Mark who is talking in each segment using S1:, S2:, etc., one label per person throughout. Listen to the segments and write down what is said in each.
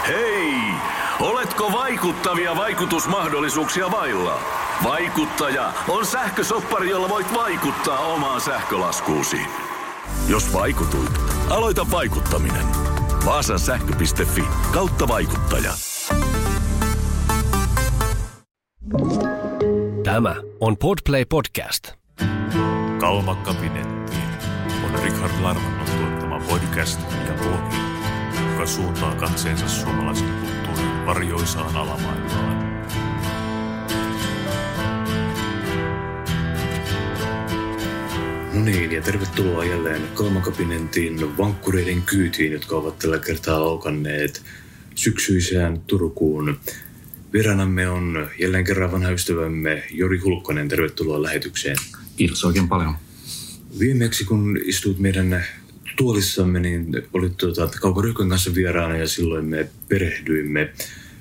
S1: Hei! Oletko vaikuttavia vaikutusmahdollisuuksia vailla? Vaikuttaja on sähkösoppari, jolla voit vaikuttaa omaan sähkölaskuusi. Jos vaikutuit, aloita vaikuttaminen. Vaasan sähkö.fi/vaikuttaja.
S2: Tämä on Podplay Podcast.
S3: Kalmakabinettiin on Richard Larmannon tuottama podcast ja blogi, joka suuntaa katseensa suomalaisen kulttuurin varjoisaan alamaailmaan.
S4: No niin, ja tervetuloa jälleen Kalmakabinetin vankkureiden kyytiin, jotka ovat tällä kertaa laukanneet syksyisään Turkuun. Vieraanamme on jälleen kerran vanha ystävämme Jori Hulkkonen. Tervetuloa lähetykseen.
S5: Kiitos oikein paljon.
S4: Viimeksi kun istuit meidän tuolissamme, niin olit Kauko Ryykkön kanssa vieraana ja silloin me perehdyimme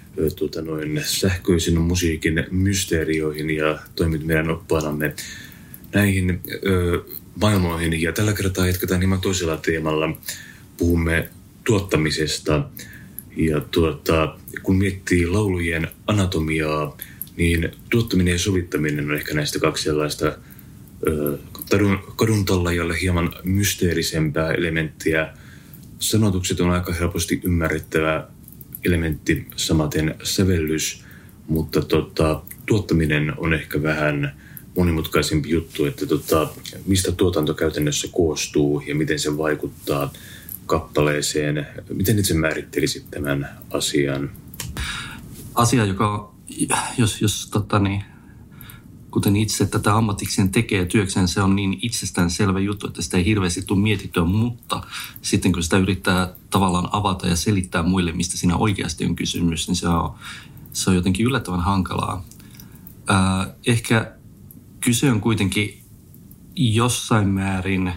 S4: sähköisen musiikin mysteerioihin ja toimit meidän oppaanamme näihin maailmoihin. Ja tällä kertaa jatketaan hieman toisella teemalla. Puhumme tuottamisesta. Ja kun miettii laulujen anatomiaa, niin tuottaminen ja sovittaminen on ehkä näistä kaksi sellaista kaduntallajalle hieman mysteerisempää elementtiä. Sanotukset on aika helposti ymmärrettävä elementti, samaten sävellys, mutta tuottaminen on ehkä vähän monimutkaisempi juttu, että mistä tuotanto käytännössä koostuu ja miten se vaikuttaa kappaleeseen. Miten itse määrittelisit tämän asian?
S5: Asia, joka, jos kuten itse tätä ammatikseen tekee työkseen, se on niin itsestäänselvä juttu, että sitä ei hirveästi tule mietittyä, mutta sitten kun sitä yrittää tavallaan avata ja selittää muille, mistä siinä oikeasti on kysymys, niin se on jotenkin yllättävän hankalaa. Ehkä kyse on kuitenkin jossain määrin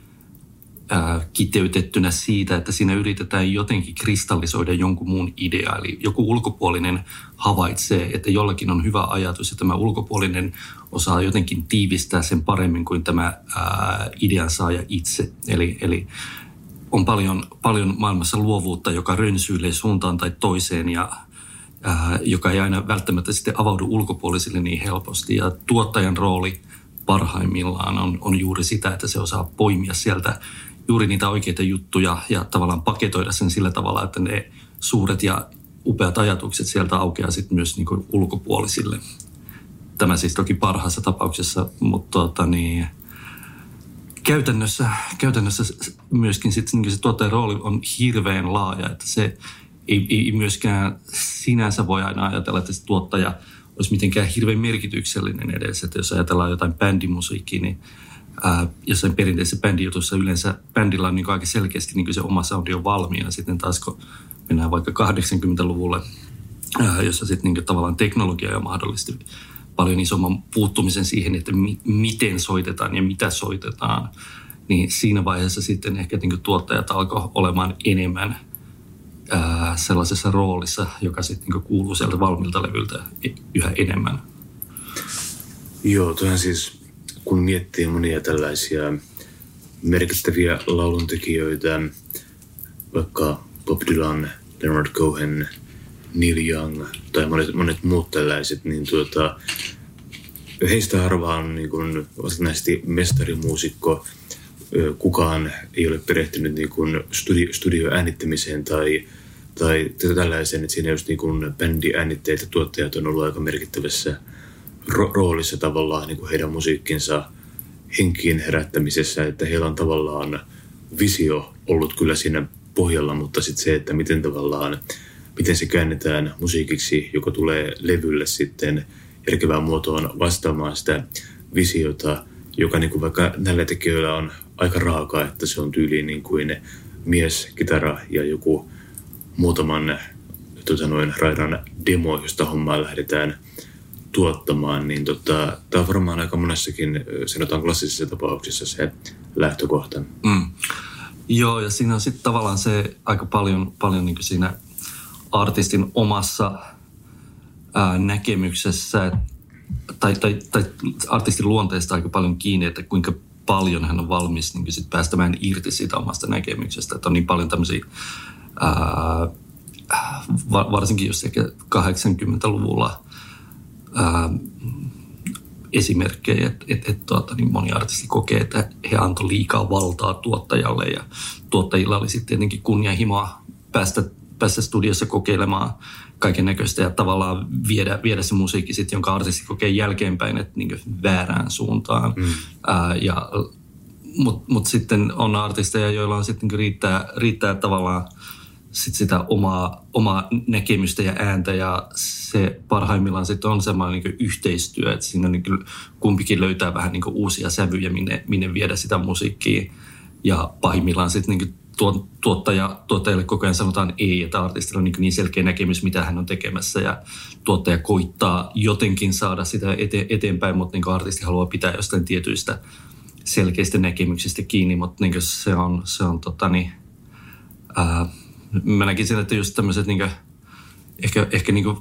S5: kiteytettynä siitä, että siinä yritetään jotenkin kristallisoida jonkun muun idea. Eli joku ulkopuolinen havaitsee, että jollakin on hyvä ajatus ja tämä ulkopuolinen osaa jotenkin tiivistää sen paremmin kuin tämä idean saaja itse. Eli on paljon maailmassa luovuutta, joka rönsyilee suuntaan tai toiseen ja joka ei aina välttämättä sitten avaudu ulkopuolisille niin helposti. Ja tuottajan rooli parhaimmillaan on juuri sitä, että se osaa poimia sieltä juuri niitä oikeita juttuja ja tavallaan paketoida sen sillä tavalla, että ne suuret ja upeat ajatukset sieltä aukeaa sitten myös niin kuin ulkopuolisille. Tämä siis toki parhaassa tapauksessa, mutta käytännössä myöskin sitten niin se tuottajan rooli on hirveän laaja, että se ei myöskään sinänsä voi aina ajatella, että se tuottaja olisi mitenkään hirveän merkityksellinen edes. Että jos ajatellaan jotain bändimusiikkia, niin jossain perinteisessä bändijutussa yleensä bändillä on niin aika selkeästi niin se oma soundi on valmiina. Sitten taas kun mennään vaikka 80-luvulle, jossa sitten niin tavallaan teknologia jo mahdollisti paljon isomman puuttumisen siihen, että miten soitetaan ja mitä soitetaan, niin siinä vaiheessa sitten ehkä niin tuottajat alkoi olemaan enemmän sellaisessa roolissa, joka sitten niin kuuluu sieltä valmilta levyltä yhä enemmän.
S4: Joo, toihan siis, kun miettii monia tällaisia merkittäviä lauluntekijöitä, vaikka Bob Dylan, Leonard Cohen, Neil Young tai monet muut tällaiset, niin heistä harva on niin kuin varsinaisesti mestarimuusikko. Kukaan ei ole perehtynyt niin kuin studioäänittämiseen tai tällaiseen, että siinä just niin kuin bändiäänitteet ja tuottajat on ollut aika merkittävässä roolissa tavallaan niin kuin heidän musiikkinsa henkiin herättämisessä, että heillä on tavallaan visio ollut kyllä siinä pohjalla, mutta sitten se, että miten se käännetään musiikiksi, joka tulee levylle sitten järkevään muotoon vastaamaan sitä visiota, joka niin kuin vaikka näillä tekijöillä on aika raaka, että se on tyyliin niin kuin mies, kitara ja joku muutaman raidan demo, josta hommaa lähdetään tuottamaan, niin tämä on varmaan aika monessakin, sanotaan klassisissa tapauksissa se lähtökohta.
S5: Joo, ja siinä on sitten tavallaan se aika paljon niin kuin siinä artistin omassa näkemyksessä, tai artistin luonteesta aika paljon kiinni, että kuinka paljon hän on valmis niin sit päästämään irti siitä omasta näkemyksestä. Että on niin paljon tämmöisiä varsinkin just ehkä 80-luvulla esimerkkejä, että niin moni artisti kokee, että he antoi liikaa valtaa tuottajalle ja tuottajilla oli sitten tietenkin kunnianhimoa päästä studiossa kokeilemaan kaiken näköistä ja tavallaan viedä se musiikki sitten, jonka artisti kokee jälkeenpäin, että niin väärään suuntaan. Mutta sitten on artisteja, joilla on sitten riittää tavallaan sitä omaa näkemystä ja ääntä ja se parhaimmillaan sitten on semmoinen niin yhteistyö, että siinä niin kumpikin löytää vähän niin uusia sävyjä, minne viedä sitä musiikkia ja pahimmillaan sitten niin tuottajalle koko ajan sanotaan ei, että artistilla on niin selkeä näkemys, mitä hän on tekemässä ja tuottaja koittaa jotenkin saada sitä eteenpäin, mutta niin artisti haluaa pitää jostain tietyistä selkeistä näkemyksistä kiinni, mutta niin se on mä näkisin, että just tämmöiset niin ehkä niin kuin,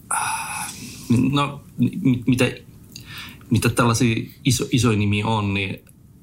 S5: no mitä tällaisia isoja nimiä on, niin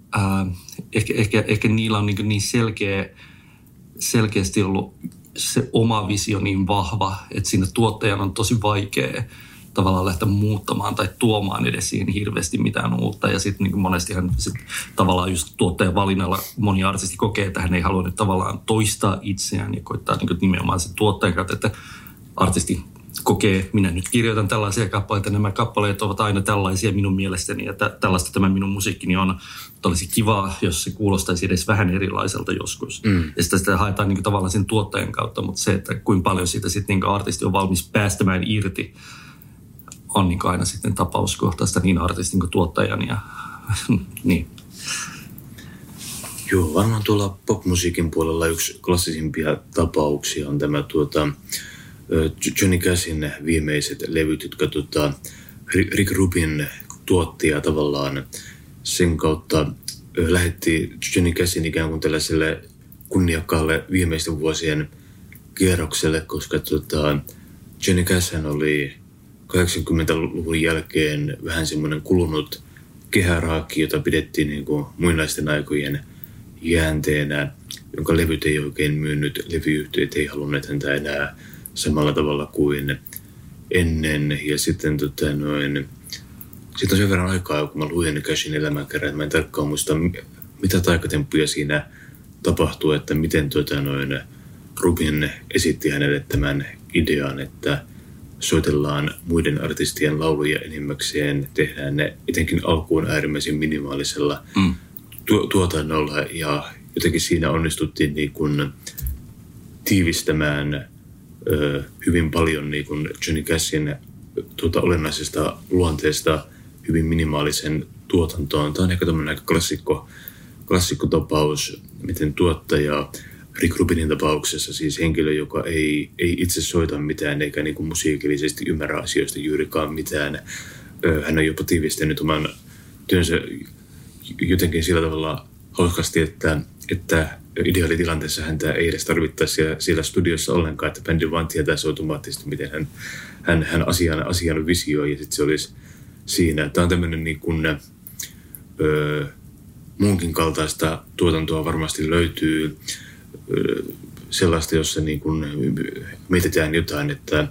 S5: ehkä niillä on niin selkeästi ollut se oma visio niin vahva, että siinä tuottajan on tosi vaikea tavallaan lähteä muuttamaan tai tuomaan edes siihen hirveästi mitään uutta. Ja sitten niin monestihan sit tavallaan just tuottajan valinnalla moni artisti kokee, että hän ei halua nyt tavallaan toistaa itseään ja koittaa niin nimenomaan sen tuottajan kautta, että artisti kokee, minä nyt kirjoitan tällaisia kappaleita, nämä kappaleet ovat aina tällaisia minun mielestäni ja tällaista tämä minun musiikkini on. Mutta olisi kivaa, jos se kuulostaisi edes vähän erilaiselta joskus. Ja sitä haetaan niin tavallaan sen tuottajan kautta, mutta se, että kuinka paljon siitä sitten niin artisti on valmis päästämään irti, on niin aina sitten tapauskohtaista niin artistin kuin tuottajan ja niin.
S4: Joo, varmaan tuolla popmusiikin puolella yksi klassisimpia tapauksia on tämä Johnny Cashin viimeiset levyt, jotka Rick Rubin tuotti ja tavallaan sen kautta lähetti Johnny Cashin ikään kuin tällaiselle kunniakkaalle viimeisten vuosien kierrokselle, koska Johnny Cash oli 80-luvun jälkeen vähän semmoinen kulunut kehäraakki, jota pidettiin niin kuin muinaisten aikojen jäänteenä, jonka levyt ei oikein myynyt. Levyyhtiöt ei halunneet häntä enää samalla tavalla kuin ennen. Ja sitten siitä on sen verran aikaa, kun mä luin Cashin elämänkerran, että mä en tarkkaan muista, mitä taikatemppuja siinä tapahtuu, että miten Rubin esitti hänelle tämän idean, että soitellaan muiden artistien lauluja enimmäkseen, tehdään ne etenkin alkuun äärimmäisen minimaalisella tuotannolla ja jotenkin siinä onnistuttiin niin kuin tiivistämään hyvin paljon niin kuin Johnny Cashin olennaisesta luonteesta hyvin minimaalisen tuotantoon. Tämä on ehkä tämmöinen aika klassikko tapaus, miten tuottaja Rick Rubinin tapauksessa siis henkilö, joka ei itse soita mitään eikä niin kuin musiikillisesti ymmärrä asioista juurikaan mitään. Hän on jopa tiivistänyt oman työnsä jotenkin sillä tavalla hauskasti, että ideaalitilanteessa häntä ei edes tarvittaisi siellä studiossa ollenkaan, että bändi vaan tietäisi automaattisesti, miten hän asian visioi ja sitten se olisi siinä. Tämä on tämmöinen niin kuin, muunkin kaltaista tuotantoa varmasti löytyy. Sellaista, jossa niin kuin mietitään jotain, että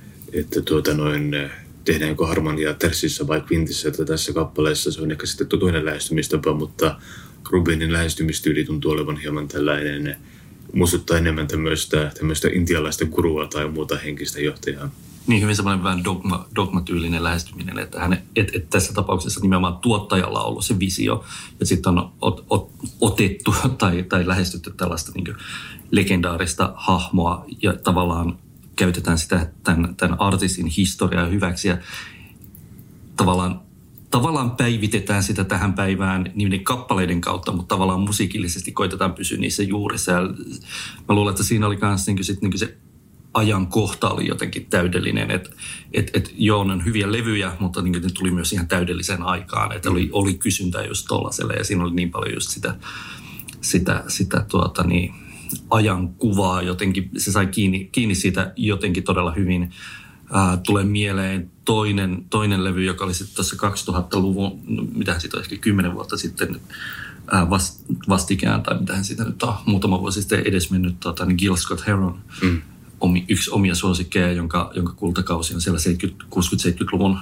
S4: tehdäänkö harmonia terssissä vai kvintissä, että tässä kappaleessa se on ehkä sitten toinen lähestymistapa, mutta Rubinin lähestymistyyli tuntuu olevan hieman tällainen, muistuttaa enemmän tämmöistä intialaista gurua tai muuta henkistä johtajaa.
S5: Niin hyvin semmoinen vähän dogmatyylinen lähestyminen, että tässä tapauksessa nimenomaan tuottajalla on ollut se visio ja sitten on otettu tai lähestytty tällaista niin kuin legendaarista hahmoa ja tavallaan käytetään sitä tämän artistin historiaa hyväksi ja tavallaan päivitetään sitä tähän päivään niiden kappaleiden kautta, mutta tavallaan musiikillisesti koitetaan pysyä niissä juurissa. Ja mä luulen, että siinä oli myös niin se ajankohta oli jotenkin täydellinen, että joo, ne on hyviä levyjä, mutta niin ne tuli myös ihan täydelliseen aikaan, että oli kysyntää just tollaselle ja siinä oli niin paljon just sitä ajankuvaa jotenkin, se sai kiinni siitä jotenkin todella hyvin. Tulee mieleen toinen levy, joka oli sitten tuossa 2000-luvun, mitähän siitä on ehkä 10 vuotta sitten vastikään, tai mitähän siitä nyt on muutama vuosi sitten edesmennyt Gil Scott-Heron yksi omia suosikkeja, jonka kultakausi on siellä 60-70-luvun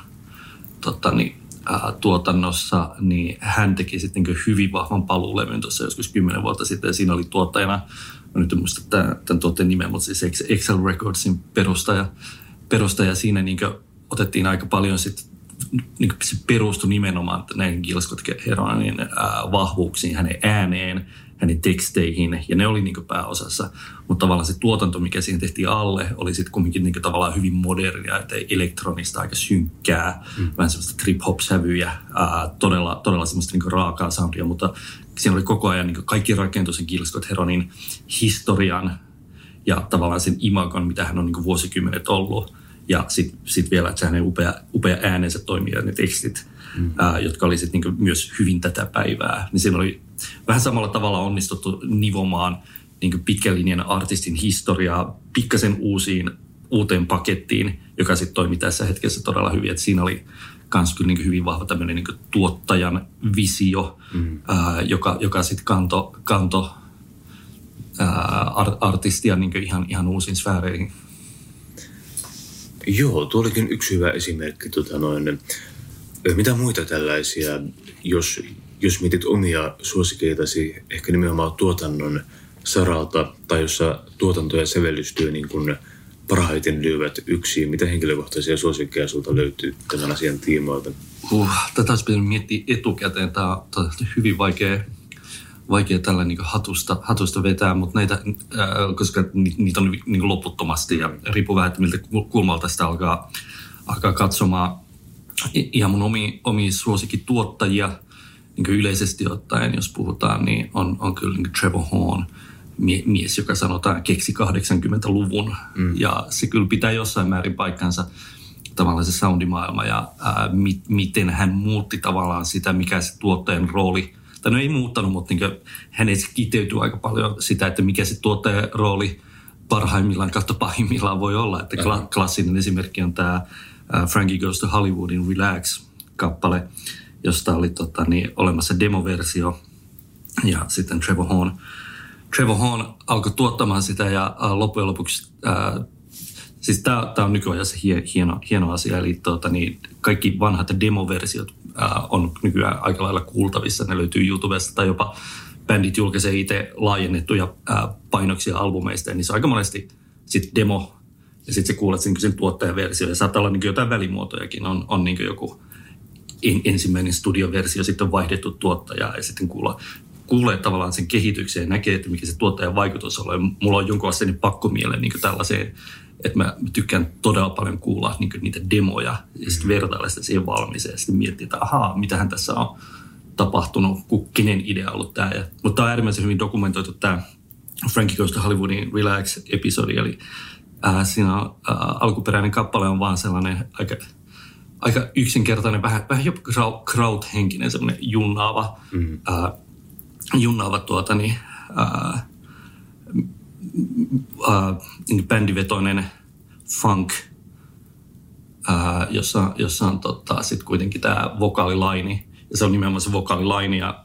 S5: tuotannossa, niin hän teki sitten niin hyvin vahvan paluulevyn tuossa joskus 10 vuotta sitten. Ja siinä oli tuottajana, nyt en muista tämän tuotteen nimen, mutta siis Excel Recordsin perustaja. Siinä niin otettiin aika paljon sitten, niin se perustui nimenomaan näihin Gil Scott-Heronin vahvuuksiin, hänen ääneen, hänen teksteihin, ja ne oli niin pääosassa. Mutta tavallaan se tuotanto, mikä siihen tehtiin alle, oli sitten kumminkin niin tavallaan hyvin modernia, että elektronista, aika synkkää, vähän semmoista trip-hop-sävyjä, todella semmoista niin raakaa soundia, mutta siinä oli koko ajan niin kaikki rakentui sen Gil Scott-Heronin historian ja tavallaan sen imagon, mitä hän on niin vuosikymmenet ollut. Ja sitten vielä, että hänen upea äänensä toimii ja ne tekstit, jotka oli sitten niin myös hyvin tätä päivää. Niin siinä oli vähän samalla tavalla onnistuttu nivomaan niin pitkän linjan artistin historiaa pikkasen uuteen pakettiin, joka sitten toimi tässä hetkessä todella hyvin. Et siinä oli myös kyllä niin hyvin vahva tämmöinen niin tuottajan visio, joka sitten kanto artistia niin ihan uusiin sfääreihin.
S4: Joo, tuo olikin yksi hyvä esimerkki. Mitä muita tällaisia, jos mietit omia suosikeitasi, ehkä nimenomaan tuotannon saralta, tai jossa tuotanto ja sävellystyö niin kuin parhaiten lyövät yksin, mitä henkilökohtaisia suosikkeja sulta löytyy tämän asian tiimoilta?
S5: Tätä olisi pitänyt miettiä etukäteen. Tämä on hyvin vaikea tällä niin hatusta vetää, mutta näitä, koska niitä on niin loputtomasti ja riippuu vähän, että miltä kulmalta sitä alkaa katsomaan. Ihan mun omia suosikkituottajia niin yleisesti ottaen, jos puhutaan, niin on kyllä niin Trevor Horn, mies, joka sanotaan keksi 80-luvun. Ja se kyllä pitää jossain määrin paikkansa tavallaan se soundimaailma ja miten hän muutti tavallaan sitä, mikä se tuottajan rooli. Tai no ei muuttanut, mutta niin hänestä kiteytyy aika paljon sitä, että mikä se tuottajan rooli parhaimmillaan kautta pahimmillaan voi olla. Että klassinen esimerkki on tämä Frankie Goes to Hollywoodin Relax-kappale, josta oli olemassa demoversio. Ja sitten Trevor Horn alkoi tuottamaan sitä ja loppujen lopuksi, siis tämä on nykyajassa hieno asia, eli kaikki vanhat demoversiot on nykyään aika lailla kuultavissa. Ne löytyy YouTubesta tai jopa bändit julkaisee itse laajennettuja painoksia albumeista. Niin se on aika monesti sitten demo ja sitten sä kuulet sen tuottajaversio. Ja saattaa olla niin jotain välimuotojakin. On niin joku ensimmäinen studioversio, sitten on vaihdettu tuottaja ja sitten kuulee tavallaan sen kehityksen ja näkee, että mikä se tuottajan vaikutus on. Mulla on jonkun asian pakkomieleen niin tällaiseen, että mä tykkään todella paljon kuulla niitä demoja ja sitten vertailla sitä siihen valmiiseen ja sitten miettiä, että mitähän tässä on tapahtunut, kenen idea on ollut tämä. Mutta tämä on äärimmäisen hyvin dokumentoitu tämä Frankie Goes to Hollywoodin Relax-episodi, eli siinä on, alkuperäinen kappale on vaan sellainen aika yksinkertainen, vähän jopa crowd-henkinen, semmoinen junnaava bändivetoinen funk, jossa on sitten kuitenkin tämä vokaalilaini. Ja se on nimenomaan se vokaalilaini, ja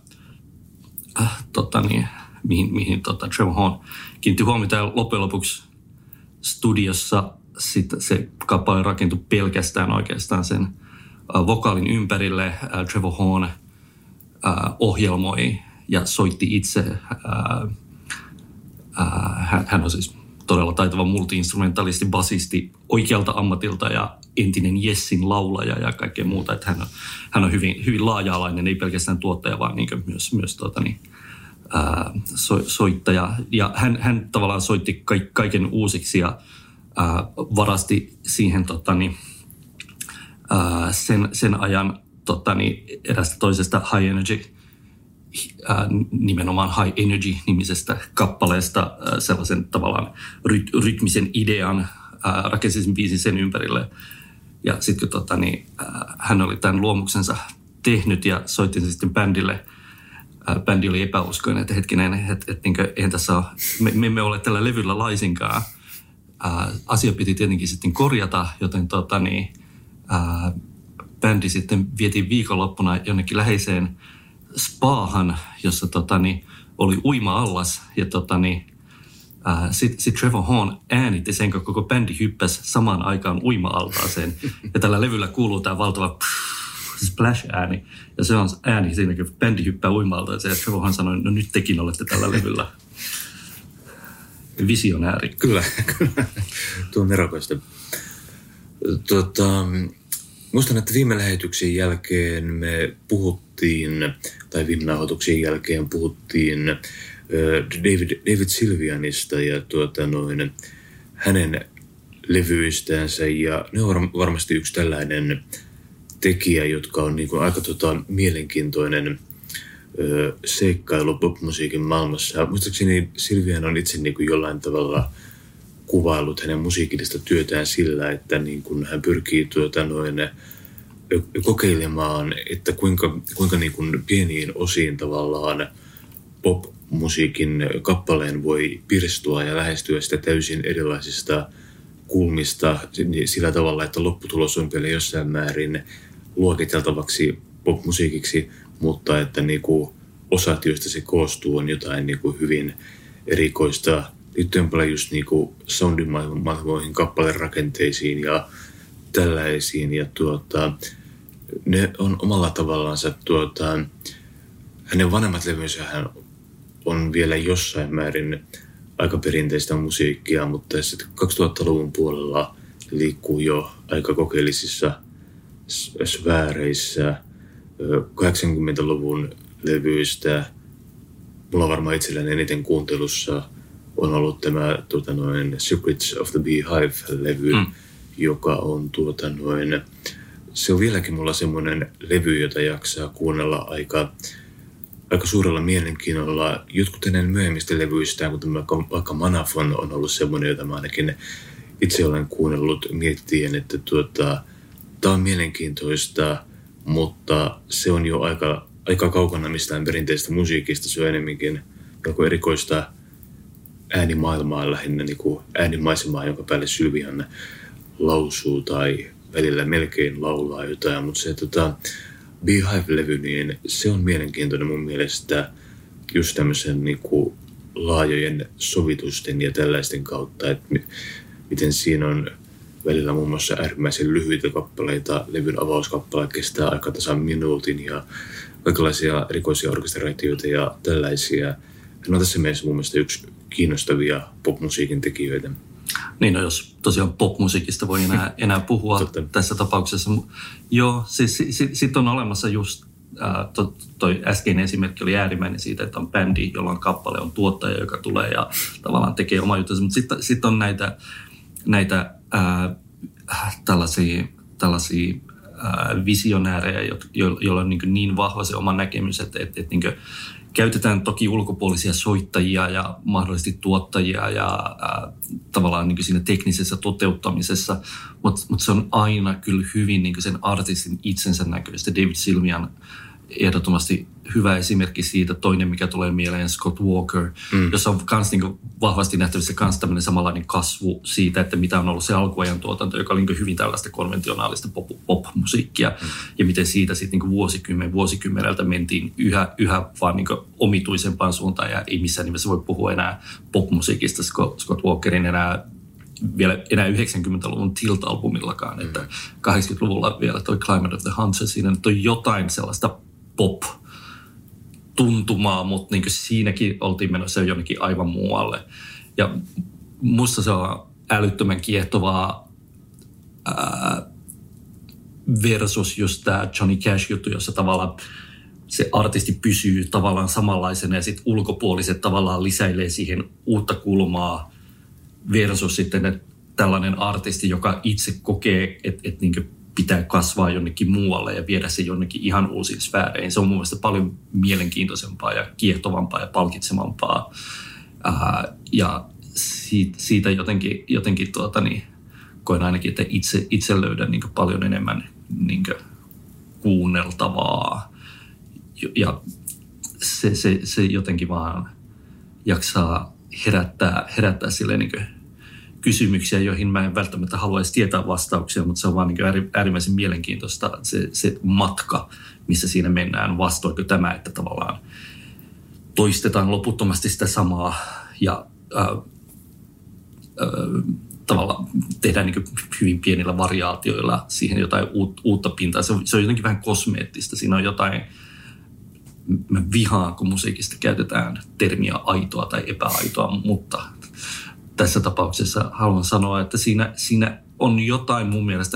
S5: mihin Trevor Horn kiinnitti huomiota. Ja loppujen lopuksi studiossa sit se kappale rakentui pelkästään oikeastaan sen vokaalin ympärille. Trevor Horn ohjelmoi ja soitti itse. Hän on siis todella taitava multi-instrumentalisti, basisti oikealta ammatilta ja entinen Jessin laulaja ja kaikkea muuta. Että hän on hyvin, hyvin laaja-alainen, ei pelkästään tuottaja, vaan niin myös soittaja. Ja hän tavallaan soitti kaiken uusiksi ja varasti siihen sen ajan erästä toisesta High Energy, nimenomaan High Energy-nimisestä kappaleesta sellaisen tavallaan rytmisen idean, rakensi sen biisin sen ympärille. Ja sitten kun hän oli tämän luomuksensa tehnyt ja soitti sen sitten bändille, bändi oli epäuskoinen, että hetkinen, että eihän tässä ole, me emme ole tällä levyllä laisinkaan. Asia piti tietenkin sitten korjata, joten bändi sitten vietiin viikonloppuna jonnekin läheiseen spaahan, jossa oli uima-allas ja Sitten Trevor Horn äänitti sen, kun koko bändi hyppäsi samaan aikaan uima-altaaseen. Ja tällä levyllä kuuluu tämä valtava splash-ääni. Ja se on ääni siinä, kun bändi hyppää uima-altaaseen. Ja Trevor Horn sanoi, no nyt tekin olette tällä levyllä. Visionääri.
S4: Kyllä. Tuo on nerokoista. Muistan, että viime lähetyksen jälkeen me puhuttiin, tai viime nauhoituksen jälkeen puhuttiin David Sylvianista ja hänen levyistänsä. Ja ne on varmasti yksi tällainen tekijä, jotka on niin kuin aika mielenkiintoinen seikkailu popmusiikin maailmassa. Muistaakseni Sylvian on itse niin kuin jollain tavalla kuvaillut hänen musiikillista työtään sillä, että niin kuin hän pyrkii kokeilemaan, että kuinka niin kuin pieniin osiin tavallaan pop-musiikin kappaleen voi pirstua ja lähestyä sitä täysin erilaisista kulmista sillä tavalla, että lopputulos on vielä jossain määrin luokiteltavaksi popmusiikiksi, mutta että niin kuin osat, joista se koostuu, on jotain niin kuin hyvin erikoista liittyen paljon just niin kuin soundimaailmoihin, kappalerakenteisiin ja tällaisiin. Ja ne on omalla tavallaansa, hänen vanhemmat levynsä on vielä jossain määrin aika perinteistä musiikkia, mutta sitten 2000-luvun puolella liikkuu jo aika kokeellisissa sfääreissä. 80-luvun levyistä mulla varmaan itselläni eniten kuuntelussa on ollut tämä Secrets of the Beehive-levy, joka on se on vieläkin mulla semmoinen levy, jota jaksaa kuunnella aika suurella mielenkiinnolla. Jotkut hänen myöhemmistä levyistään, kuten vaikka Manafon, on ollut semmoinen, jota mä ainakin itse olen kuunnellut miettien, että tämä on mielenkiintoista, mutta se on jo aika kaukana mistään perinteistä musiikista. Se on enemmänkin joku erikoista äänimaailmaa, lähinnä niin kuin äänimaisemaa, jonka päälle Sylvian lausuu tai välillä melkein laulaa jotain. Mutta se Beehive-levy, niin se on mielenkiintoinen mun mielestä just tämmöisen niin kuin laajojen sovitusten ja tällaisten kautta, että miten siinä on välillä muun muassa äärimmäisen lyhyitä kappaleita, levyn avauskappaleet kestää aika tasan minuutin ja kaikenlaisia erikoisia orkesteraatioita ja tällaisia. Hän on tässä mielessä mun mielestä yksi kiinnostavia popmusiikin tekijöitä.
S5: Niin, no jos tosiaan popmusiikista voi enää puhua tässä tapauksessa. Joo, siis sitten on olemassa just, toi äskeinen esimerkki oli äärimmäinen siitä, että on bändi, jolla on kappale, on tuottaja, joka tulee ja tavallaan tekee oma juttunsa. Mutta sitten on näitä tällaisia visionäärejä, joilla on niin vahva se oma näkemys, että niin käytetään toki ulkopuolisia soittajia ja mahdollisesti tuottajia ja tavallaan niin siinä teknisessä toteuttamisessa, mutta se on aina kyllä hyvin niin sen artistin itsensä näköistä. David Sylvian ehdottomasti hyvä esimerkki siitä. Toinen, mikä tulee mieleen, Scott Walker, jossa on myös niin vahvasti nähtävissä myös tämmöinen samanlainen kasvu siitä, että mitä on ollut se alkuajan tuotanto, joka oli niin hyvin tällaista konventionaalista pop-musiikkia. Ja miten siitä sitten niin vuosikymmeneltä mentiin yhä vaan niin omituisempaan suuntaan. Ja ei missään nimessä voi puhua enää popmusiikista Scott Walkerin enää 90-luvun Tilt-albumillakaan. Että 80-luvulla vielä toi Climate of the Hunter, siinä nyt on jotain sellaista pop-tuntumaa, mutta niin siinäkin oltiin menossa jonnekin aivan muualle. Ja musta se on älyttömän kiehtovaa versus just tämä Johnny Cash-juttu, jossa tavallaan se artisti pysyy tavallaan samanlaisena ja sitten ulkopuoliset tavallaan lisäilee siihen uutta kulmaa versus sitten tällainen artisti, joka itse kokee, että niin pitää kasvaa jonnekin muualle ja viedä se jonnekin ihan uusiin sfääreihin. Se on mun mielestä paljon mielenkiintoisempaa ja kiehtovampaa ja palkitsevampaa. Ja siitä jotenkin koen ainakin, että itse löydän niin paljon enemmän niin kuunneltavaa. Ja se jotenkin vaan jaksaa herättää silleen niin kysymyksiä, joihin mä en välttämättä haluaisi tietää vastauksia, mutta se on vaan niin äärimmäisen mielenkiintoista se matka, missä siinä mennään. Vastoinko tämä, että tavallaan toistetaan loputtomasti sitä samaa ja tavallaan tehdään niin hyvin pienillä variaatioilla siihen jotain uutta pintaa. Se on jotenkin vähän kosmeettista. Siinä on jotain, mä vihaan, kun musiikista käytetään termiä aitoa tai epäaitoa, mutta tässä tapauksessa haluan sanoa, että siinä on jotain mun mielestä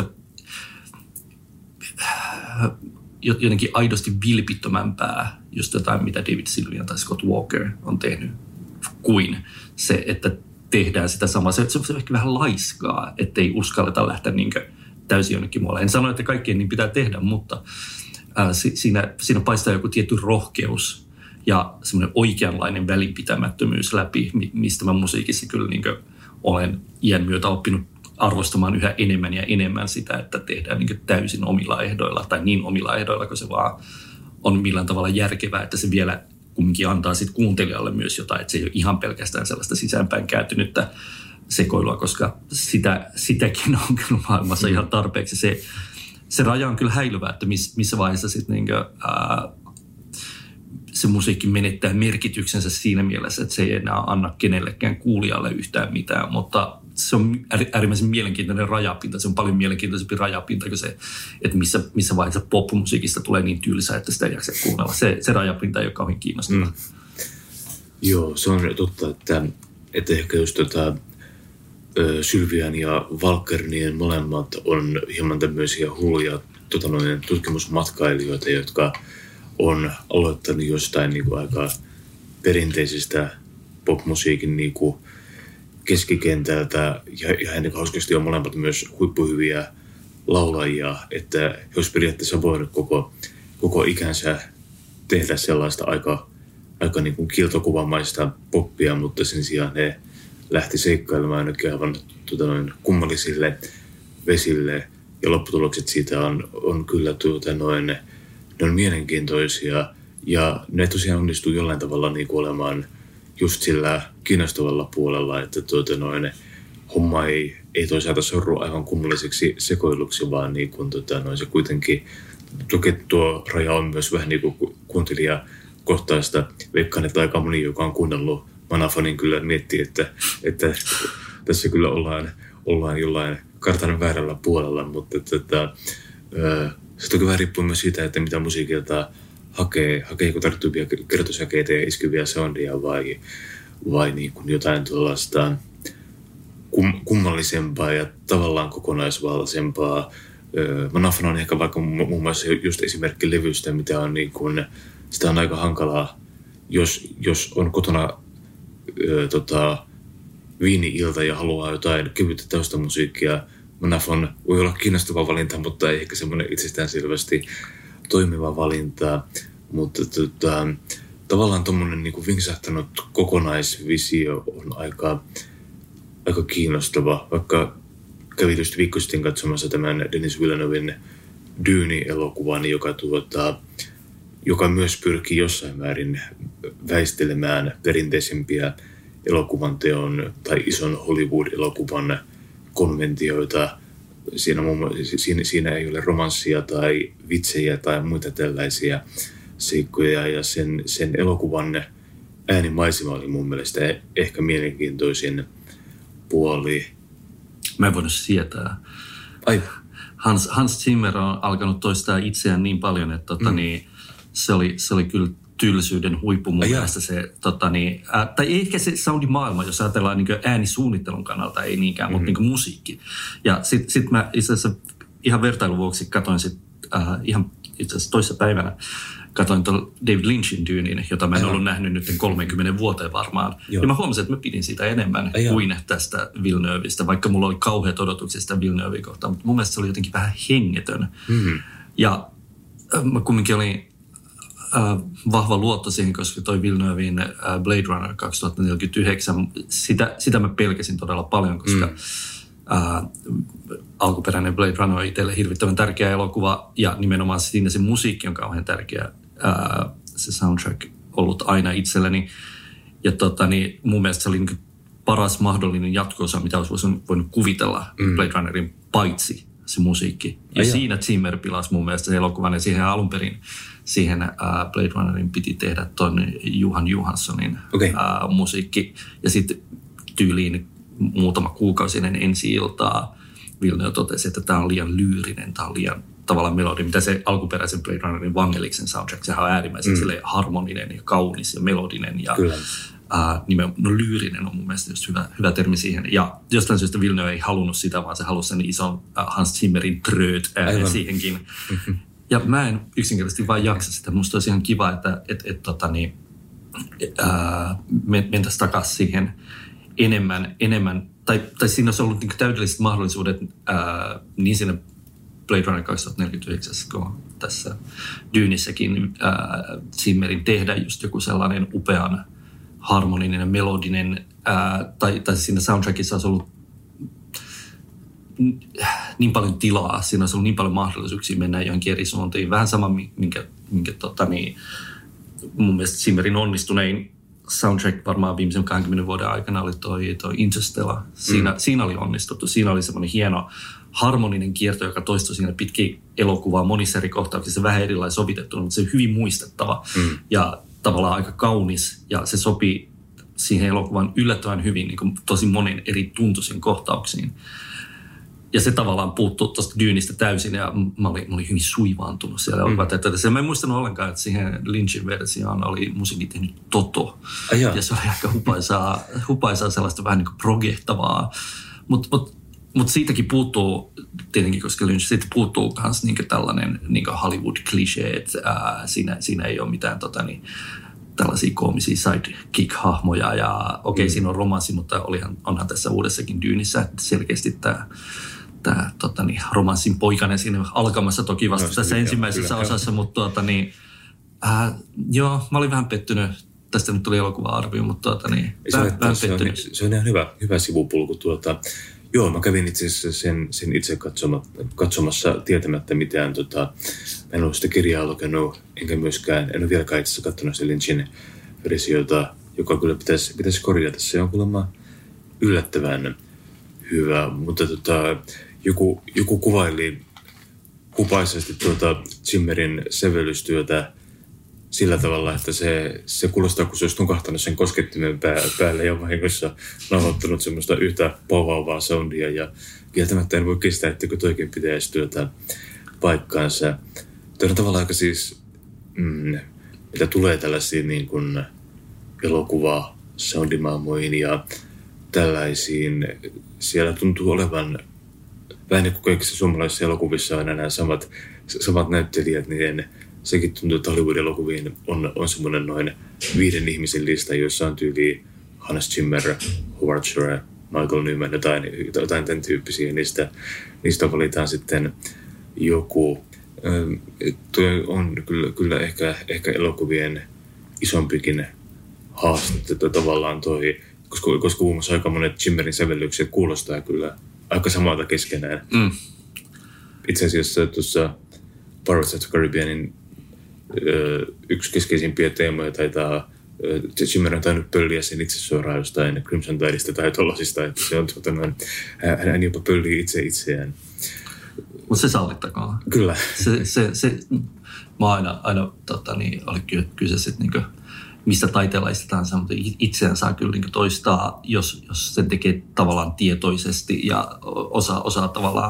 S5: jotenkin aidosti vilpittömämpää, just jotain, mitä David Sylvian tai Scott Walker on tehnyt, kuin se, että tehdään sitä samaa. Se on ehkä vähän laiskaa, ettei uskalleta lähteä niin täysin jonnekin muualle. En sano, että kaikkien niin pitää tehdä, mutta siinä paistaa joku tietty rohkeus ja semmoinen oikeanlainen välinpitämättömyys läpi, mistä mä musiikissa kyllä niin olen iän myötä oppinut arvostamaan yhä enemmän ja enemmän sitä, että tehdään niin täysin omilla ehdoilla tai niin omilla ehdoilla, kun se vaan on millään tavalla järkevää, että se vielä kumminkin antaa sit kuuntelijalle myös jotain, että se ei ole ihan pelkästään sellaista sisäänpäin kääntynyttä sekoilua, koska sitäkin on kyllä maailmassa ihan tarpeeksi. Se raja on kyllä häilyvä, että missä vaiheessa sitten niin se musiikki menettää merkityksensä siinä mielessä, että se ei enää anna kenellekään kuulijalle yhtään mitään, mutta se on äärimmäisen mielenkiintoinen rajapinta. Se on paljon mielenkiintoisempi rajapinta kuin se, että missä vaiheessa pop-musiikista tulee niin tylsää, että sitä ei jaksa kuunnella. Se rajapinta ei ole kauhean kiinnostava.
S4: Joo, se on totta, että ehkä just Sylvian ja Walkernien molemmat on hieman tämmöisiä hulluja tutkimusmatkailijoita, jotka on aloittanut jostain niin kuin aika perinteisistä popmusiikin niin kuin keskikentältä ja ennen hauskasti on molemmat myös huippuhyviä laulajia, että he olisi periaatteessa voinut koko ikänsä tehdä sellaista aika niin kuin kiiltokuvamaista poppia, mutta sen sijaan he lähti seikkailemaan ainakin aivan kummallisille vesille ja lopputulokset siitä on kyllä ne on mielenkiintoisia ja ne tosiaan onnistuu jollain tavalla niin kuin olemaan just sillä kiinnostavalla puolella, että homma ei toisaalta sorru aivan kummalliseksi sekoiluksi, vaan niin kuin, se kuitenkin, toki tuo raja on myös vähän niin kuin kuuntelijakohtaista. Veikkaan, että aika moni, joka on kuunnellut Manafonin, kyllä miettii, että tässä kyllä ollaan jollain kartan väärällä puolella, mutta se toki vähän riippuu myös siitä, että mitä musiikilta hakeeko tarttuvia kertosäkeitä ja iskeviä soundia vai niin kuin jotain tuollaista kummallisempaa ja tavallaan kokonaisvaltaisempaa. Manafon on ehkä vaikka muun muassa just esimerkki levystä, mitä on niin kuin, sitä on aika hankalaa, jos on kotona viini-ilta ja haluaa jotain kevyttä taustamusiikkia. Manafon voi olla kiinnostava valinta, mutta ei ehkä semmoinen itsestäänselvästi toimiva valinta, mutta tavallaan tuommoinen niin kuin vinksahtanut kokonaisvisio on aika kiinnostava, vaikka kävin just viikko sitten katsomassa tämän Denis Villeneuven Dune-elokuvan, joka myös pyrkii jossain määrin väistelemään perinteisempiä elokuvanteon tai ison Hollywood-elokuvan konventioita. Siinä ei ole romanssia tai vitsejä tai muita tällaisia seikkoja, ja sen elokuvan äänimaisema oli mun mielestä ehkä mielenkiintoisin puoli.
S5: Mä en voinut sietää.
S4: Ai.
S5: Hans Zimmer on alkanut toistaa itseään niin paljon, että se oli kyllä tylsyyden huippu mun mielestä se, tai ehkä se soundimaailma, jos ajatellaan niin äänisuunnittelun kannalta, ei niinkään, mutta niin musiikki. Ja sit mä itse asiassa ihan vertailun vuoksi katsoin ihan itse asiassa toissa päivänä, katsoin tuon David Lynchin Dunein, jota mä en ollut nähnyt nyt 30 vuoteen varmaan. Joo. Ja mä huomasin, että mä pidin siitä enemmän kuin tästä Villeneuveista, vaikka mulla oli kauheat odotukset sitä Villeneuveä kohtaan, mutta mun mielestä se oli jotenkin vähän hengetön. Mm-hmm. Ja mä kumminkin olin vahva luotto siihen, koska toi Villeneuvein Blade Runner 2049, sitä mä pelkäsin todella paljon, koska alkuperäinen Blade Runner on itselle hirvittävän tärkeä elokuva ja nimenomaan siinä se musiikki on kauhean tärkeä, se soundtrack ollut aina itselleni. Ja mun mielestä se oli niin paras mahdollinen jatko-osa, mitä olisi voinut kuvitella Blade Runnerin, paitsi se musiikki. Ja siinä Zimmer pilasi mun mielestä se elokuvan, ja siihen alun perin siihen Blade Runnerin piti tehdä ton Johan Johanssonin musiikki. Ja sitten tyyliin muutama kuukausi ennen ensi-iltaa Villeneuve totesi, että tämä on liian lyyrinen, tämä on liian tavallaan melodi, mitä se alkuperäisen Blade Runnerin Vangeliksen soundtrack, sehän on äärimmäisen harmoninen ja kaunis ja melodinen ja lyyrinen on mun mielestä just hyvä termi siihen. Ja jostain syystä Villeneuve ei halunnut sitä, vaan se halusi sen ison Hans Zimmerin trööt äänen siihenkin. Ja mä en yksinkertaisesti vaan jaksa sitä. Musta olisi ihan kiva, että mentäisiin takaisin siihen enemmän tai siinä olisi ollut niin täydelliset mahdollisuudet niin siinä Blade Runner 2049, kun tässä Dynissäkin Zimmerin tehdä just joku sellainen upean harmoninen ja melodinen, tai siinä soundtrackissa olisi ollut niin paljon tilaa, siinä olisi ollut niin paljon mahdollisuuksia mennä johonkin eri suuntiin. Vähän sama, minkä mun mielestä Zimmerin onnistunein soundtrack varmaan viimeisen 20 vuoden aikana oli toi Interstellar. Siinä oli onnistuttu. Siinä oli semmoinen hieno harmoninen kierto, joka toistui siinä pitkin elokuvaa monissa eri kohtauksissa, vähän erilainen sovitettu, mutta se on hyvin muistettava ja tavallaan aika kaunis ja se sopii siihen elokuvan yllättävän hyvin niin kuin tosi monen eri tuntuisiin kohtauksiin. Ja se tavallaan puuttuu tuosta Dynistä täysin ja mä olin hyvin suivaantunut siellä elokuvateatterissa. Mä en muistanut ollenkaan, että siihen Lynchin versioon oli musiikin tehnyt Toto. Ja se oli aika hupaisaa sellaista vähän niin kuin progehtavaa. Mutta siitäkin puuttuu, tietenkin koska Lynch, siitä puuttuu myös niin tällainen niin Hollywood-kliseet. Siinä ei ole mitään tällaisia koomisia sidekick-hahmoja. Ja okei, siinä on romanssi, mutta onhan tässä uudessakin Dynissä selkeästi tämä romanssin poikainen siinä alkamassa toki vasta tässä ensimmäisessä osassa, mutta joo, mä olin vähän pettynyt. Tästä nyt tuli elokuva-arvio, mutta vähän pettynyt.
S4: Se on ihan hyvä sivupulku. Joo, mä kävin itse asiassa sen itse katsomassa tietämättä mitään. En ole sitä kirjaa lukenut, enkä myöskään, en ole vieläkään itse asiassa katsonut sitä Lynchin versiota, joka kyllä pitäisi korjata. Se on kuulemma yllättävän hyvä, mutta joku kuvaili kupaisesti Zimmerin sävellystyötä sillä tavalla, että se kuulostaa, kun se olisi tunkahtanut sen koskettimen päälle ja vahingossa nauhoittanut semmoista yhtä pauvaavaa soundia. Ja kieltämättä en voi kestää, että kun toikin pitäisi työtä paikkaansa. Tämä on tavallaan aika siis, mitä tulee tällaisiin niin kuin elokuva-soundimaamoihin ja tällaisiin. Siellä tuntuu olevan vähän niin kuin kaikissa suomalaisissa elokuvissa on enää samat näyttelijät, niin sekin tuntuu, että Hollywood-elokuviin on semmoinen noin 5 ihmisen lista, joissa on tyyli Hans Zimmer, Howard Shore, Michael Nyman, jotain tämän tyyppisiä. Niistä valitaan sitten joku. Tuo on kyllä ehkä elokuvien isompikin haaste, tavallaan koska muun muassa aika monet Zimmerin sävellykset kuulostaa kyllä aika samalta keskenään. Itse asiassa tuossa Pirates of the Caribbeanin yksi keskeisimpiä teemoja taitaa, Zimmer on tainnut pölliä sen itse suoraan jostain Crimson Tideista tai tollasista, että se on hän jopa pöllii itseään.
S5: Mutta se sallittakaa.
S4: Kyllä.
S5: Mä aina oli kyse sitten niinku mistä taiteelajista tahansa, mutta itseään saa kyllä niinku toistaa, jos sen tekee tavallaan tietoisesti ja osaa tavallaan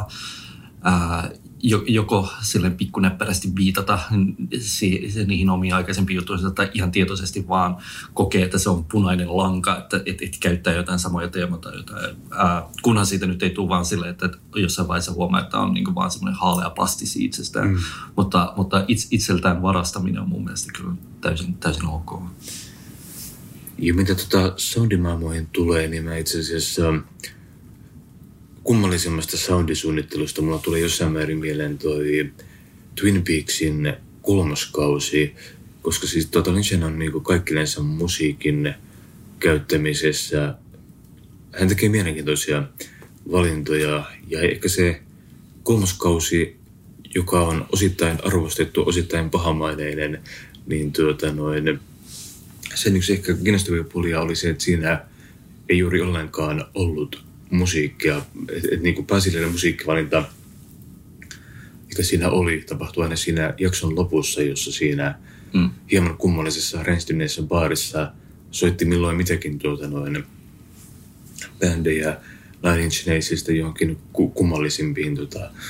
S5: joko silleen pikkunäppärästi viitata niihin omiin aikaisempiin juttuihin tai ihan tietoisesti vaan kokee, että se on punainen lanka, että käyttää jotain samoja teemoita. Kunhan siitä nyt ei tule vaan silleen, että jossain vaiheessa huomaa, että on niinku vaan semmoinen haalea pastisi itsestään. Mutta itseltään varastaminen on mun mielestä kyllä täysin ok.
S4: Ja mitä soundimaamoihin tulee, niin mä itse asiassa kummallisimmasta soundisuunnittelusta mulla tuli jossain määrin mieleen toi Twin Peaksin 3. kausi, koska siis Lynch on niinku kaikkinensa musiikin käyttämisessä. Hän tekee mielenkiintoisia valintoja ja ehkä se 3. kausi, joka on osittain arvostettu, osittain pahamaineinen, niin sen yksi ehkä kiinnostavia puolia oli se, että siinä ei juuri ollenkaan ollut musiikkia, että niin kuin pääsiäinen musiikkivalinta, mikä siinä oli, tapahtui aina siinä jakson lopussa, jossa siinä hieman kummallisessa renstyneessä baarissa soitti milloin mitäkin bändejä Nine Inch Nailsista johonkin kummallisimpiin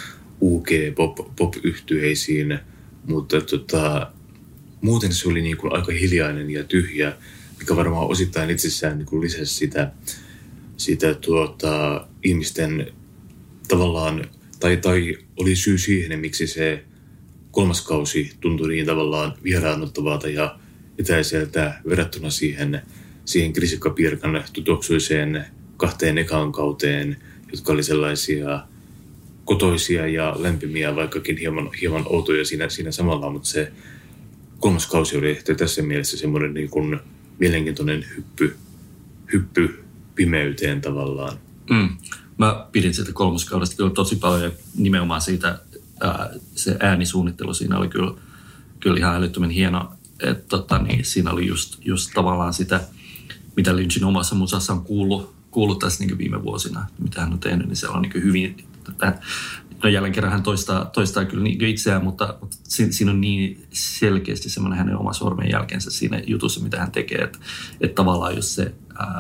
S4: UK-pop-yhtyeisiin, mutta muuten se oli niin kuin aika hiljainen ja tyhjä, mikä varmaan osittain itsessään niin kuin lisäsi sitä ihmisten tavallaan, tai oli syy siihen, miksi se 3. kausi tuntui niin tavallaan vieraannuttavalta ja etäiseltä verrattuna siihen Krisikka Piirakan tuoksuiseen 2 ekaan kauteen, jotka oli sellaisia kotoisia ja lämpimiä, vaikkakin hieman outoja siinä samalla, mutta se 3. kausi oli ehkä tässä mielessä semmoinen niin kuin mielenkiintoinen hyppy pimeyteen tavallaan.
S5: Mä pidin siitä 3. kaudesta kyllä tosi paljon ja nimenomaan siitä se äänisuunnittelu siinä oli kyllä ihan älyttömän hieno. Että siinä oli just tavallaan sitä, mitä Lynchin omassa musassa on kuullut tässä niin viime vuosina, mitä hän on tehnyt, niin se on niin hyvin, no jälleen kerran hän toistaa kyllä niin itseään, mutta siinä on niin selkeästi semmoinen hänen oma sormenjälkensä siinä jutussa, mitä hän tekee, että tavallaan just se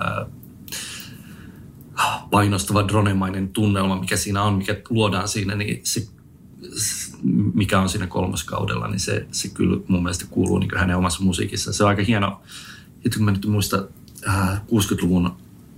S5: painostava dronemainen tunnelma, mikä siinä on, mikä luodaan siinä, niin se, mikä on siinä 3. kaudella, niin se kyllä mun mielestä kuuluu niin hänen omassa musiikissa. Se on aika hieno, kun mä nyt muistan 60-luvun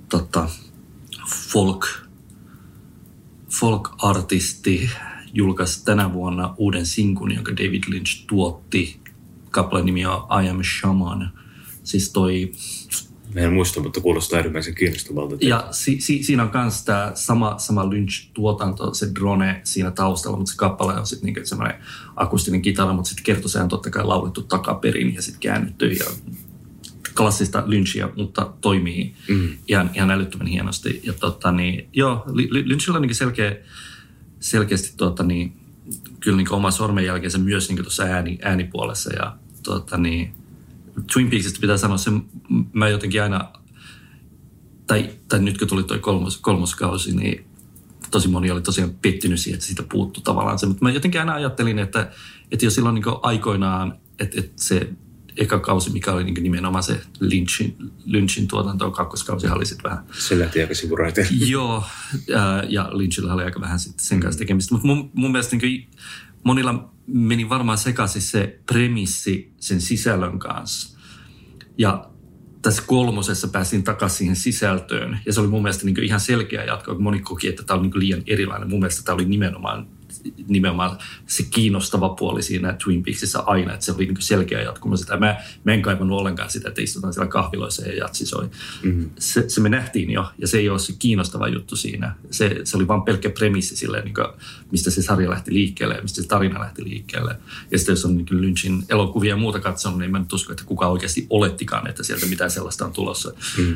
S5: folk-artisti julkaisi tänä vuonna uuden sinkun, jonka David Lynch tuotti. Kappaleen nimi on I Am a Shaman. Siis
S4: Mä en muista, mutta kuulostaa äärimmäisen kiinnostavalta.
S5: Ja siinä on myös tämä sama Lynch-tuotanto, se drone siinä taustalla, mutta se kappale on sitten niinku semmoinen akustinen kitara, mutta sitten kertosäen on totta kai laulettu takaperin ja sitten käännytty ja klassista Lynchia, mutta toimii ihan älyttömän hienosti. Ja Lynchillä on niinku selkeästi kyllä niinku oma sormenjälkeensä myös niinku tuossa äänipuolessa ja Twin Peaksista pitää sanoa se, mä jotenkin aina, tai nyt kun tuli toi kolmos kausi, niin tosi moni oli tosiaan pettynyt siihen, että siitä puuttui tavallaan se. Mutta mä jotenkin aina ajattelin, että jos silloin niin aikoinaan, että se eka kausi, mikä oli niin nimenomaan se Lynchin tuotanto, 2. kausihan oli sitten vähän...
S4: Se lähti aika sivuraiteille.
S5: Joo, ja Lynchillä oli aika vähän sen kanssa tekemistä. Mutta mun mielestä niin monilla meni varmaan sekaisin se premissi sen sisällön kanssa. Ja tässä 3. pääsin takaisin siihen sisältöön. Ja se oli mun mielestä niin ihan selkeä jatko, kun moni koki, että tämä oli niin liian erilainen. Mun mielestä tämä oli nimenomaan se kiinnostava puoli siinä Twin Peaksissa aina, että se oli niin selkeä jatkumo sitä. Mä en kaivannut ollenkaan sitä, että istutaan siellä kahviloissa ja jatsi soi. Se me nähtiin jo, ja se ei ole se kiinnostava juttu siinä. Se oli vaan pelkkä premissi silleen, niin kuin, mistä se sarja lähti liikkeelle ja mistä se tarina lähti liikkeelle. Ja sitten jos on niin Lynchin elokuvia ja muuta katsonut, niin mä nyt usko, että kukaan oikeasti olettikaan, että sieltä mitään sellaista on tulossa.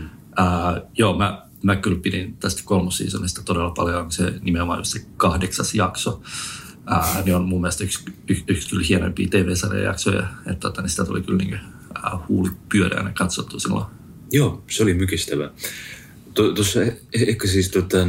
S5: Mä kyllä pidin tästä 3. seasonista todella paljon, se nimenomaan just se 8. jakso. Ne on mun mielestä yksi kyllä hienompia TV-sarjan jaksoja, että niin sitä tuli kyllä niin huuli pyöreänä katsottu silloin.
S4: Joo, se oli mykistävä. Tuossa ehkä siis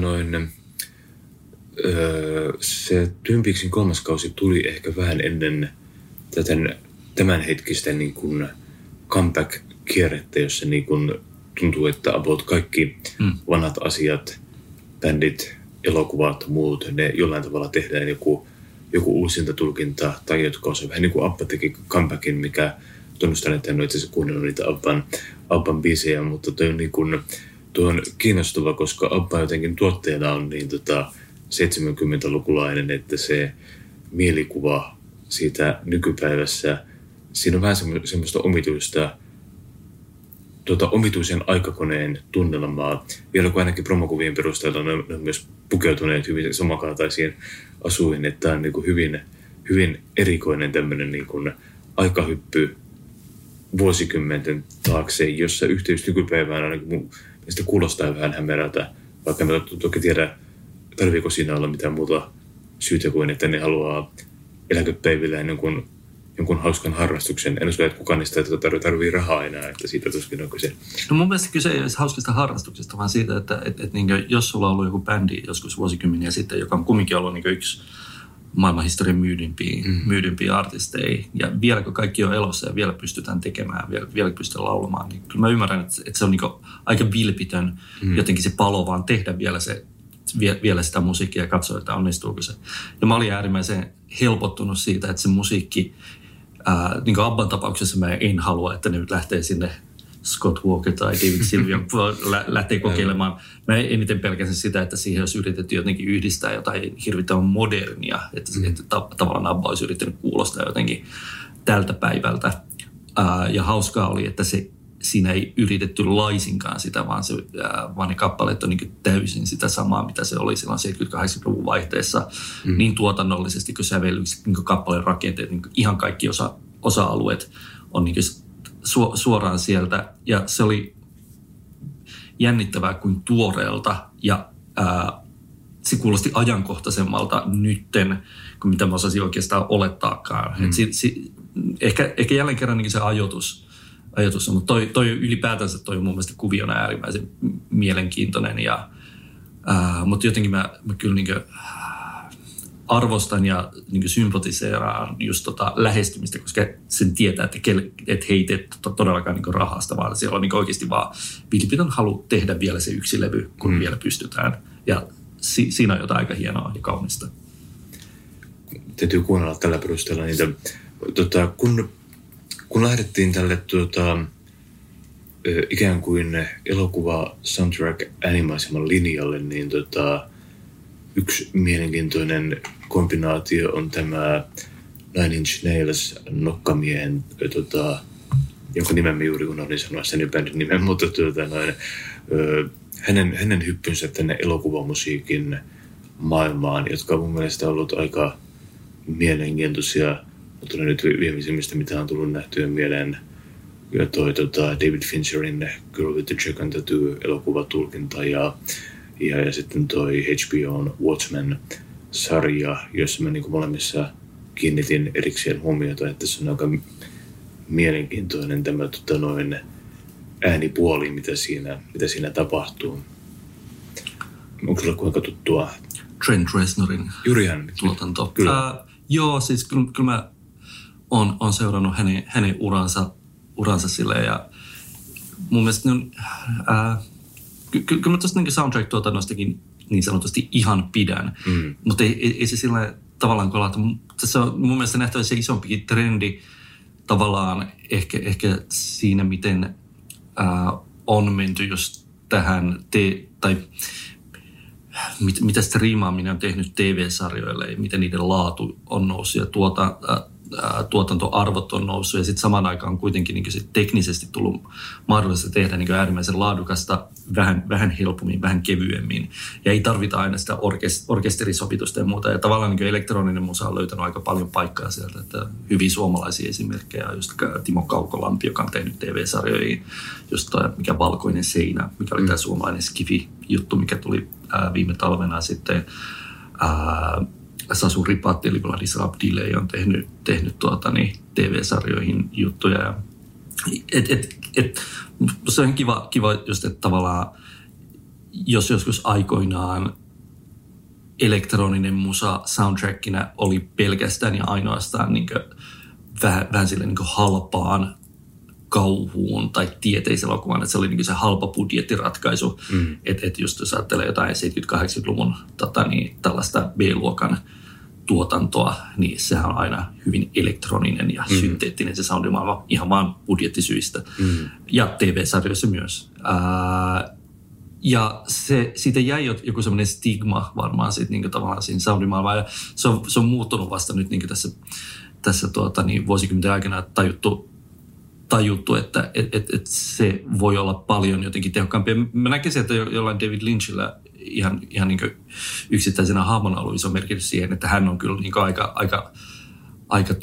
S4: se Twin Peaksin 3. kausi tuli ehkä vähän ennen tämänhetkistä niin kuin comeback-kierrettä, jossa niin kuin tuntuu, että about kaikki vanhat asiat, bändit, elokuvat, muut, ne jollain tavalla tehdään joku uusinta tulkinta, tai jotka on vähän niin kuin Abba teki comebackin, mikä tunnustan, että en ole itse asiassa kuunnellut niitä Abban biisejä, mutta tuo on kiinnostava, koska Abba jotenkin tuotteena on niin 70-lukulainen, että se mielikuva siitä nykypäivässä, siinä on vähän semmoista omituisen aikakoneen tunnelmaa. Vielä kun ainakin promokuvien perusteella ne on myös pukeutuneet hyvin samankaltaisiin asuihin, että tämä on niin hyvin, hyvin erikoinen tämmöinen niin kuin aikahyppy vuosikymmenten taakse, jossa yhteys nykypäivään ainakin mun mielestä kuulostaa vähän hämärältä, vaikka en toki tiedä, tarviiko siinä olla mitään muuta syytä kuin, että ne haluaa eläkepäivillä jonkun hauskan harrastuksen. En usko, että kukaan niistä tarvii rahaa enää, että siitä tuskin on kyse.
S5: No mun mielestä kyse ei olisi hauskasta harrastuksesta, vaan siitä, että niin jos sulla on ollut joku bändi joskus vuosikymmeniä sitten, joka on kumminkin ollut niin yksi maailmanhistorian myydympiä artisteja. Ja vielä kun kaikki on elossa ja vielä pystytään tekemään, vielä pystytään laulamaan, niin kyllä mä ymmärrän, että se on niinku aika vilpitön jotenkin se palo vaan tehdä vielä sitä musiikkia ja katsoa, että onnistuuko se. Ja mä olin äärimmäisen helpottunut siitä, että se musiikki, niin kuin Abban tapauksessa mä en halua, että ne nyt lähtee sinne Scott Walker tai David Sylvian lähtee kokeilemaan. Mä eniten pelkäsin sitä, että siihen olisi yritetty jotenkin yhdistää jotain hirvittävän modernia, että tavallaan Abba olisi yrittänyt kuulostaa jotenkin tältä päivältä. Ja hauskaa oli, että siinä ei yritetty laisinkaan sitä, vaan ne kappaleet on niin täysin sitä samaa, mitä se oli silloin 70-80-luvun vaihteessa. Niin tuotannollisesti kuin sävellykset, niin kappaleen rakenteet, niin ihan kaikki osa-alueet on niin suoraan sieltä. Ja se oli jännittävää kuin tuoreelta ja se kuulosti ajankohtaisemmalta nytten, kuin mitä mä osasin oikeastaan olettaakaan. Ehkä jälleen kerran niin se ajoitus on, mutta toi ylipäätänsä toi mun mielestä kuviona äärimmäisen mielenkiintoinen. Mutta jotenkin mä kyllä niin arvostan ja niin sympatiseeraan just lähestymistä, koska sen tietää, että he ei tee todellakaan niin rahasta, vaan siellä on niin oikeasti vaan vilpitön halu tehdä vielä se yksi levy, kun vielä pystytään. Ja siinä on jotain aika hienoa ja kaunista.
S4: Täytyy kuunnella tällä perusteella niitä. Kun lähdettiin tälle ikään kuin elokuva soundtrack animaiseman linjalle, niin yksi mielenkiintoinen kombinaatio on tämä Nine Inch Nails nokkamiehen, jonka nimen mä juuri unohdin sanoa sen jo bändin nimen, mutta hänen hyppynsä tänne elokuvamusiikin maailmaan, jotka on mun mielestä ollut aika mielenkiintoisia. Tulee nyt viimeisimmistä, mitä on tullut nähtyä mieleen. Ja David Fincherin Girl with the Chicken Tattoo -elokuvatulkinta ja sitten toi HBO:n Watchmen-sarja, jossa mä niin molemmissa kiinnitin erikseen huomiota, että se on aika mielenkiintoinen tämä äänipuoli, mitä siinä tapahtuu. Onko sulla kuinka tuttua?
S5: Trent Reznorin tuotanto.
S4: Kyllä.
S5: Joo, siis kyllä mä oon seurannut hänen uransa silleen, ja mun mielestä kyllä mä tuosta niin soundtrack-tuotannostakin niin sanotusti ihan pidän, mutta ei se sillä tavallaan kolata. Tässä on mun mielestä nähtävä se isompikin trendi tavallaan ehkä siinä, miten on menty just tähän, tai mitä striimaaminen on tehnyt TV-sarjoille ja miten niiden laatu on noussut ja tuotantoarvot on noussut. Ja sitten samaan aikaan kuitenkin niin sit teknisesti tullut mahdollista tehdä niin äärimmäisen laadukasta vähän helpommin, vähän kevyemmin. Ja ei tarvita aina sitä orkesterisopitusta ja muuta. Ja tavallaan niin elektroninen musa on löytänyt aika paljon paikkaa sieltä. Että hyviä suomalaisia esimerkkejä, just Timo Kaukolampi, joka on tehnyt TV-sarjoja, just mikä Valkoinen seinä, mikä oli tämä suomalainen skifi-juttu, mikä tuli viime talvena sitten. Sasu Ripatti eli Vladislav Delay on tehnyt TV-sarjoihin juttuja. Se on kiva just, että tavallaan jos joskus aikoinaan elektroninen musa soundtrackina oli pelkästään ja ainoastaan vähän sille halpaan kauhuun tai tieteiselokuvaan, että se oli se halpa budjettiratkaisu, että just jos ajattelee jotain 70-80-luvun tällaista B-luokan tuotantoa, niin sehän on aina hyvin elektroninen ja synteettinen se soundimaailma ihan vaan budjettisyistä. Ja TV-sarjoissa myös. Ja siitä jäi joku semmoinen stigma varmaan siitä, tavallaan siinä soundimaailmaan, ja se on muuttunut vasta nyt tässä vuosikymmenten aikana tajuttu, että se voi olla paljon jotenkin tehokkaampi. Mä näkisin, että jollain David Lynchillä ihan yksittäisenä hahmona ollut iso merkitys siihen, että hän on kyllä aika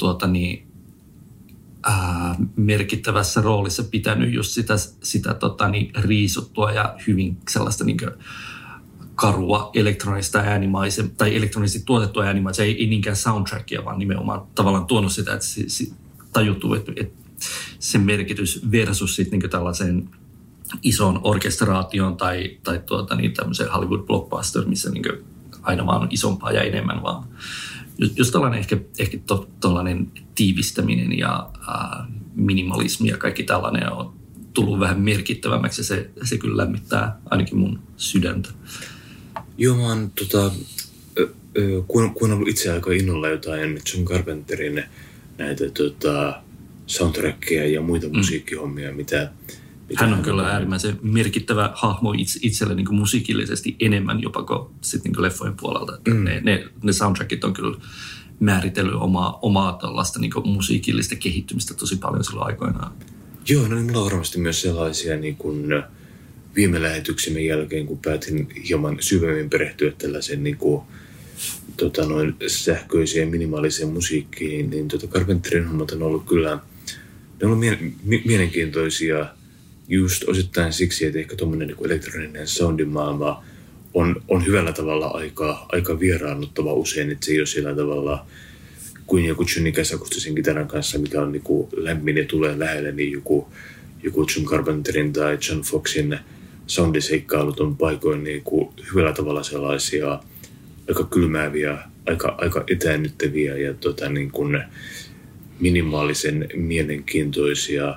S5: merkittävässä roolissa pitänyt just sitä riisuttua ja hyvin sellaista karua elektronista tai elektronisesti tuotettua äänimaisen, ei niinkään soundtrackia, vaan nimenomaan tavallaan tuonut sitä, että tajuttuu, että sen merkitys versus sitten tällaiseen ison orkestraation tai tämmöiseen Hollywood blockbuster, missä aina vaan on isompaa ja enemmän vaan Just tällainen ehkä tuollainen tiivistäminen ja minimalismi ja kaikki tällainen on tullut vähän merkittävämmäksi ja se kyllä lämmittää ainakin mun sydäntä.
S4: Joo, mä oon kun on ollut itse aika innolla jotain John Carpenterin näitä soundtrackia ja muita musiikkihommia, mitä
S5: hän on kyllä äärimmäisen merkittävä hahmo itselle niin kuin musiikillisesti enemmän jopa kuin sit niin kuin leffojen puolelta. Ne soundtrackit on kyllä määritellyt omaa tällaista niin kuin musiikillista kehittymistä tosi paljon silloin aikoinaan.
S4: Joo, no niin mulla on varmasti myös sellaisia niin kuin viime lähetyksemme jälkeen, kun päätin hieman syvemmin perehtyä tällaisen niin kuin, sähköiseen minimaaliseen musiikkiin, niin Carpenterin hommat on ollut kyllä, ne on ollut mielenkiintoisia just osittain siksi, että ehkä tuommoinen niin elektroninen soundimaailma on hyvällä tavalla aika vieraannuttava usein, että se ei ole sillä tavalla kuin joku Johnny Cash-akustisen kitaran kanssa, mikä on niin kuin lämmin ja tulee lähelle, niin joku John Carpenterin tai John Foxin soundiseikkailut on paikoin niin kuin hyvällä tavalla sellaisia aika kylmääviä, aika etäännyttäviä ja niin kuin minimaalisen mielenkiintoisia.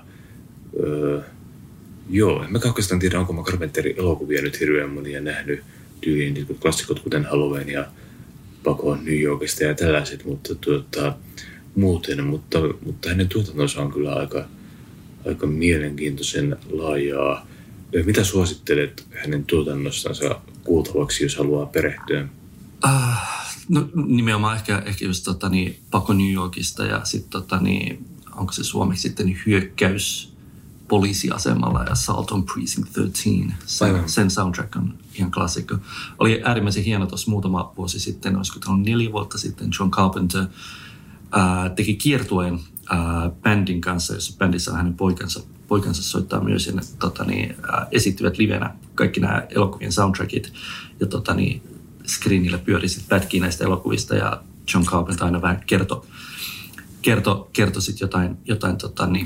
S4: Joo, en mä oikeastaan tiedä, onko mä Carpenterin elokuvia nyt hirveän monia nähnyt tyyliin niin klassikot, kuten Halloween ja Pako New Yorkista ja tällaiset, mutta muuten, mutta hänen tuotantonsa on kyllä aika mielenkiintoisen laajaa. Mitä suosittelet hänen tuotannostansa kuultavaksi, jos haluaa perehtyä?
S5: No nimenomaan ehkä just Pako New Yorkista ja sitten onko se suomeksi sitten Hyökkäys poliisiasemalla ja Assault on Precinct 13. Sen soundtrack on ihan klassikko. Oli äärimmäisen hieno tuossa muutama vuosi sitten, olisiko ollut 4 vuotta sitten, John Carpenter teki kiertueen bändin kanssa, jossa bändissä on hänen poikansa soittaa myös ja esittivät livenä kaikki nämä elokuvien soundtrackit ja screenillä pyöri sitten pätkiä näistä elokuvista ja John Carpenter aina vähän kertoi sitten jotain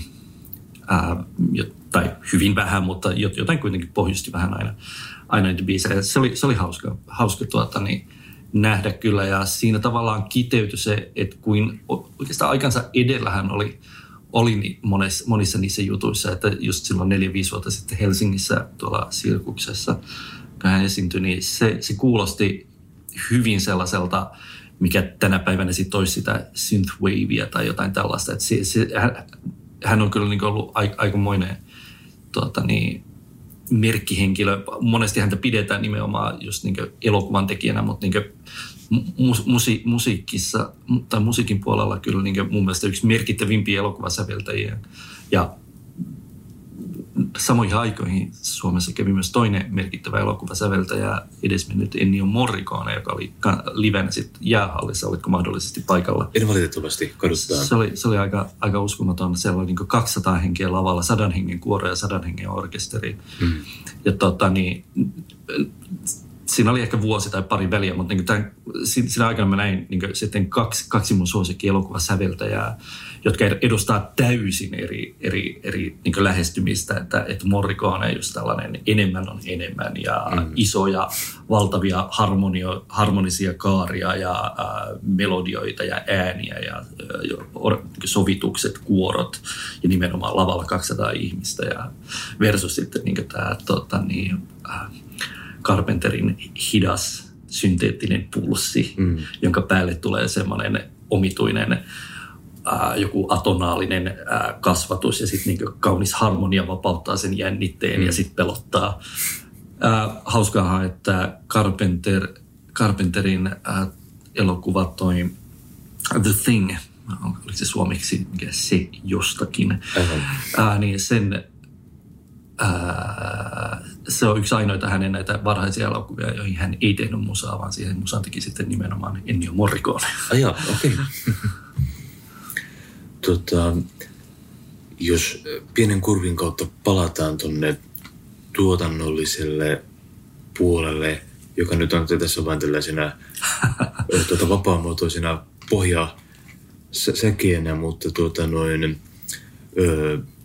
S5: tai hyvin vähän, mutta jotain kuitenkin pohjusti vähän aina niitä biisejä. Se oli hauska nähdä kyllä ja siinä tavallaan kiteytyi se, että kuin oikeastaan aikansa edellähän oli monissa niissä jutuissa, että just silloin 4-5 vuotta sitten Helsingissä tuolla Sirkuksessa, kun hän esiintyi, niin se kuulosti hyvin sellaiselta, mikä tänä päivänä sitten olisi sitä synthwavea tai jotain tällaista. Että hän on kyllä niin ollut aikamoinen merkkihenkilö. Monesti häntä pidetään nimenomaan just niin elokuvan tekijänä, mutta niin musiikissa tai musiikin puolella kyllä niin mun mielestä yksi merkittävimpiä elokuvasäveltäjiä. Ja samoihin aikoihin Suomessa kävi myös toinen merkittävä elokuvasäveltäjä, edesmennyt Ennio Morricone, joka oli livenä sitten jäähallissa. Olitko mahdollisesti paikalla?
S4: En valitettavasti, kaduttaan.
S5: Se oli aika uskomaton. Siellä oli niin 200 henkeä lavalla, 100 hengen kuoro ja 100 hengen orkesteri. Ja siinä oli ehkä vuosi tai pari väliä, mutta niin siinä aikana mä näin niin sitten kaksi mun suosikki-elokuvasäveltäjää, jotka edustaa täysin eri niin lähestymistä, että Morricone on just tällainen enemmän on enemmän ja isoja, valtavia harmonisia kaaria ja melodioita ja ääniä ja sovitukset, kuorot ja nimenomaan lavalla 200 ihmistä ja versus sitten niin tämä Carpenterin hidas synteettinen pulssi, jonka päälle tulee semmoinen omituinen joku atonaalinen kasvatus ja sitten niin kaunis harmonia vapauttaa sen jännitteen ja sitten pelottaa. Hauskaahan, että Carpenterin elokuva toi The Thing, oliko se suomeksi mikä se jostakin, niin se on yksi ainoita hänen näitä varhaisia elokuvia, joihin hän ei tehnyt musaa, vaan siihen musaan teki sitten nimenomaan Ennio Morricone.
S4: Joo, okei. Jos pienen kurvin kautta palataan tuonne tuotannolliselle puolelle, joka nyt on tässä vain tällaisena vapaamuotoisena pohjasäkeenä, mutta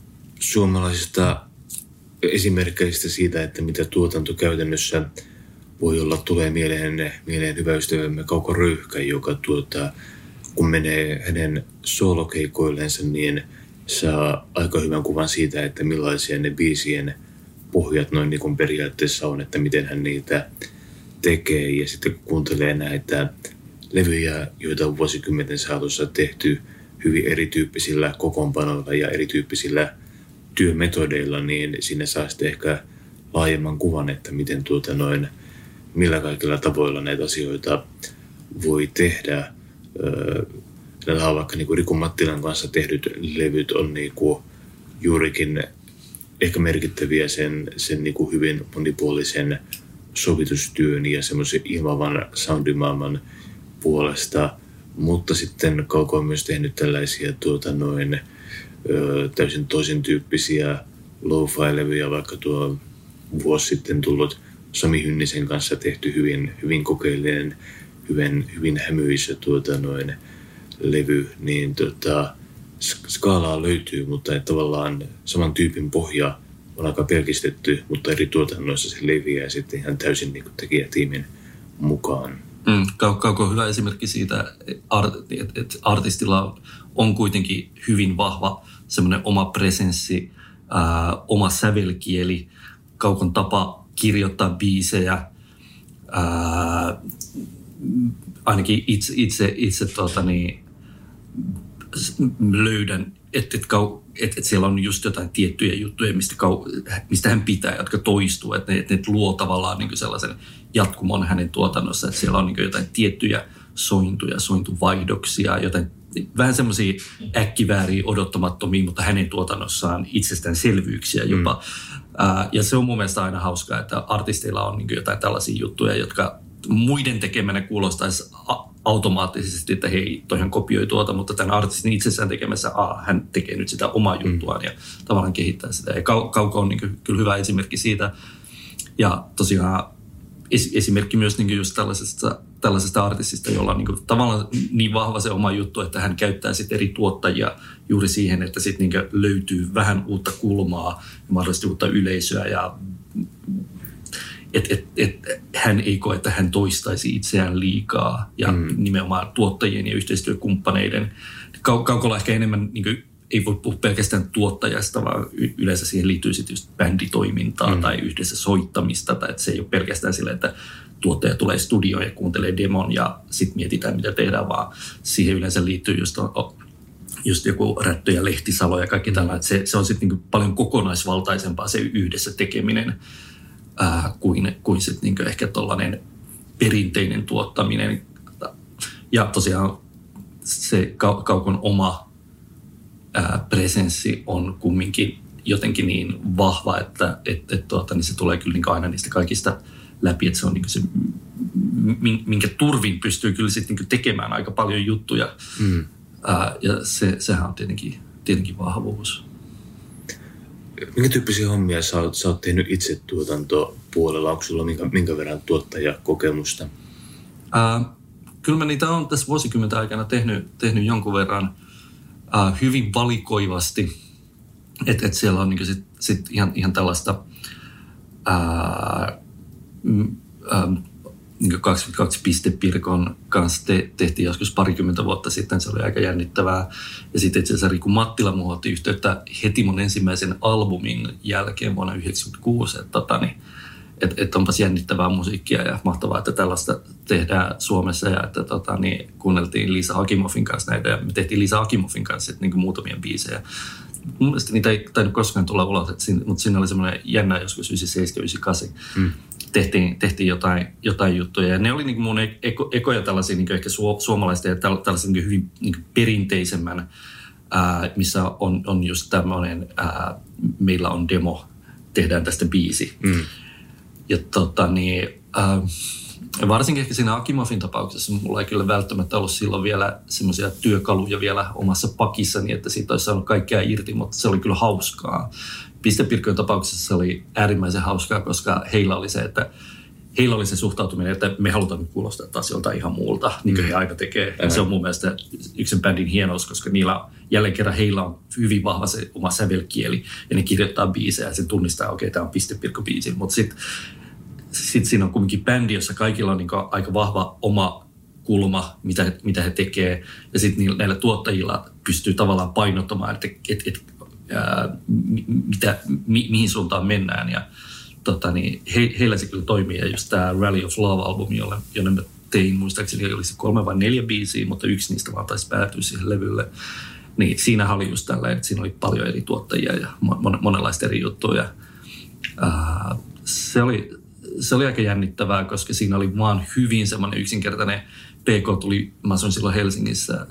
S4: suomalaisista esimerkkeistä siitä, että mitä tuotanto käytännössä voi olla, tulee mieleen hyvä ystävämme Kauko Röyhkä, joka kun menee hänen soolokeikoillensa, niin saa aika hyvän kuvan siitä, että millaisia ne biisien pohjat noin niin kuin periaatteessa on, että miten hän niitä tekee. Ja sitten kun kuuntelee näitä levyjä, joita on vuosikymmenten saatossa tehty hyvin erityyppisillä kokoonpanoilla ja erityyppisillä työmetodeilla, niin siinä saa sitten ehkä laajemman kuvan, että miten millä kaikilla tavoilla näitä asioita voi tehdä. Vaikka niin Riku Mattilan kanssa tehdyt levyt on niin kuin juurikin ehkä merkittäviä sen niin kuin hyvin monipuolisen sovitustyön ja semmoisen ilmavan soundimaailman puolesta, mutta sitten Kauko on myös tehnyt tällaisia täysin toisen tyyppisiä lo-fi-levyjä, vaikka tuo vuosi sitten tullut Sami Hynnisen kanssa tehty hyvin kokeellinen, hyvin hämyisä levy, niin skaalaa löytyy, että tavallaan saman tyypin pohja on aika pelkistetty, mutta eri tuotannoissa se leviää sitten ihan täysin niin kuin tekijätiimin mukaan.
S5: Kauko on hyvä esimerkki siitä, että artistilla on kuitenkin hyvin vahva semmoinen oma presenssi, oma sävelkieli, Kaukon tapa kirjoittaa biisejä, ainakin itse löydän, että siellä on just jotain tiettyjä juttuja, mistä hän pitää, jotka toistuu, että ne luo tavallaan niin kuin sellaisen jatkumon hänen tuotannossa, että siellä on niin kuin jotain tiettyjä sointuja, sointuvaihdoksia, jotain vähän semmoisia äkkivääriä, odottamattomia, mutta hänen tuotannossaan itsestäänselvyyksiä jopa. Ja se on mun mielestä aina hauskaa, että artisteilla on niin kuin jotain tällaisia juttuja, jotka muiden tekemänä kuulostaisi automaattisesti, että hei, toihan kopioi tuota, mutta tämän artistin itsessään tekemässä, hän tekee nyt sitä omaa juttuaan ja tavallaan kehittää sitä. Ja Kauko on niin kuin, kyllä hyvä esimerkki siitä. Ja tosiaan esimerkki myös niin kuin just tällaisesta artistista, jolla on niin kuin, tavallaan niin vahva se oma juttu, että hän käyttää sitten eri tuottajia juuri siihen, että sitten niin kuin löytyy vähän uutta kulmaa ja mahdollisesti uutta yleisöä ja hän ei koe, että hän toistaisi itseään liikaa ja nimenomaan tuottajien ja yhteistyökumppaneiden. Kaukolla ehkä enemmän niin kuin, ei voi puhua pelkästään tuottajasta, vaan yleensä siihen liittyy sitten just bänditoimintaa tai yhdessä soittamista. Tai että se ei ole pelkästään sillä, että tuottaja tulee studioon ja kuuntelee demon ja sitten mietitään, mitä tehdään, vaan siihen yleensä liittyy just joku Rättö ja Lehtisalo ja kaikki tällainen. Se on sitten niin paljon kokonaisvaltaisempaa se yhdessä tekeminen kuin sitten niin ehkä tuollainen perinteinen tuottaminen. Ja tosiaan se Kaukon oma presenssi on kumminkin jotenkin niin vahva, että niin se tulee kyllä niin aina niistä kaikista läpi, että se on niin se, minkä turvin pystyy kyllä sitten niin tekemään aika paljon juttuja. Ja sehän on tietenkin vahvuus.
S4: Minkä tyyppisiä hommia sä oot tehnyt itse tuotantopuolella? Onko sulla minkä verran tuottajakokemusta?
S5: Kyllä mä niitä olen tässä vuosikymmenten aikana tehnyt jonkun verran hyvin valikoivasti. Että siellä on niinku sit ihan tällaista 22 Pistepirkon kanssa tehtiin joskus 20 vuotta sitten, se oli aika jännittävää. Ja sitten itse asiassa Riku Mattila muun otti yhteyttä heti mun ensimmäisen albumin jälkeen vuonna 1996, että onpas jännittävää musiikkia ja mahtavaa, että tällaista tehdään Suomessa ja että kuunneltiin Liisa Akimovin kanssa näitä ja me tehtiin Liisa Akimovin kanssa niin muutamia biisejä. Mun mielestä niitä ei tainnut koskaan tulla ulos, mutta siinä oli semmoinen jännä joskus 97-98. Tehtiin jotain juttuja ja ne oli niin mun ekoja tällaisia niin ehkä suomalaisia ja tällaisia niin hyvin niin perinteisemmän, missä on just tämmöinen, meillä on demo, tehdään tästä biisi. Ja varsinkin ehkä siinä Akimovin tapauksessa mulla ei kyllä välttämättä ollut silloin vielä semmoisia työkaluja vielä omassa pakissani, että siitä olisi saanut kaikkea irti, mutta se oli kyllä hauskaa. Pistepirkkojen tapauksessa se oli äärimmäisen hauskaa, koska heillä oli se suhtautuminen, että me halutaan nyt kuulostaa taas joltain ihan muulta, niin kuin he aina tekee. Se on mun mielestä yksi bändin hienous, koska jälleen kerran heillä on hyvin vahva se oma sävelkieli ja ne kirjoittaa biisejä ja se tunnistaa, okei, tämä on Pistepirkko-biisi, mutta sitten sitten siinä on kuitenkin bändi, jossa kaikilla on niin aika vahva oma kulma, mitä he tekee. Ja sitten näillä tuottajilla pystyy tavallaan painottamaan, että mihin suuntaan mennään. Ja heillä se kyllä toimii. Ja just tämä Rally of Love-albumi, jonne mä tein, muistaakseni oli se 3 vai 4 biisiä, mutta yksi niistä vaan taisi päätyä siihen levylle. Niin siinähän oli just tällä, että siinä oli paljon eri tuottajia ja monenlaista eri juttuja. Se oli aika jännittävää, koska siinä oli vaan hyvin semmoinen yksinkertainen PK tuli, mä asuin silloin Helsingissä,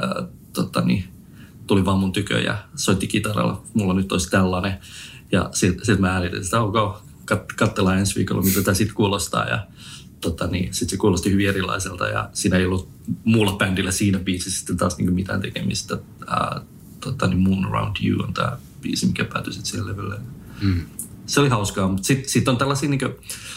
S5: tuli vaan mun tykö ja soitti kitaralla, mulla nyt olisi tällainen. Ja sitten mä äänitin, että katsellaan ensi viikolla, mitä tämä sitten kuulostaa. Ja sitten se kuulosti hyvin erilaiselta ja siinä ei ollut muulla bändillä siinä biisissä sitten taas niin mitään tekemistä. Moon Around You on tämä biisi, mikä päätyi sitten siihen levylle. Se oli hauskaa, mutta sitten on tällaisia niin kuin,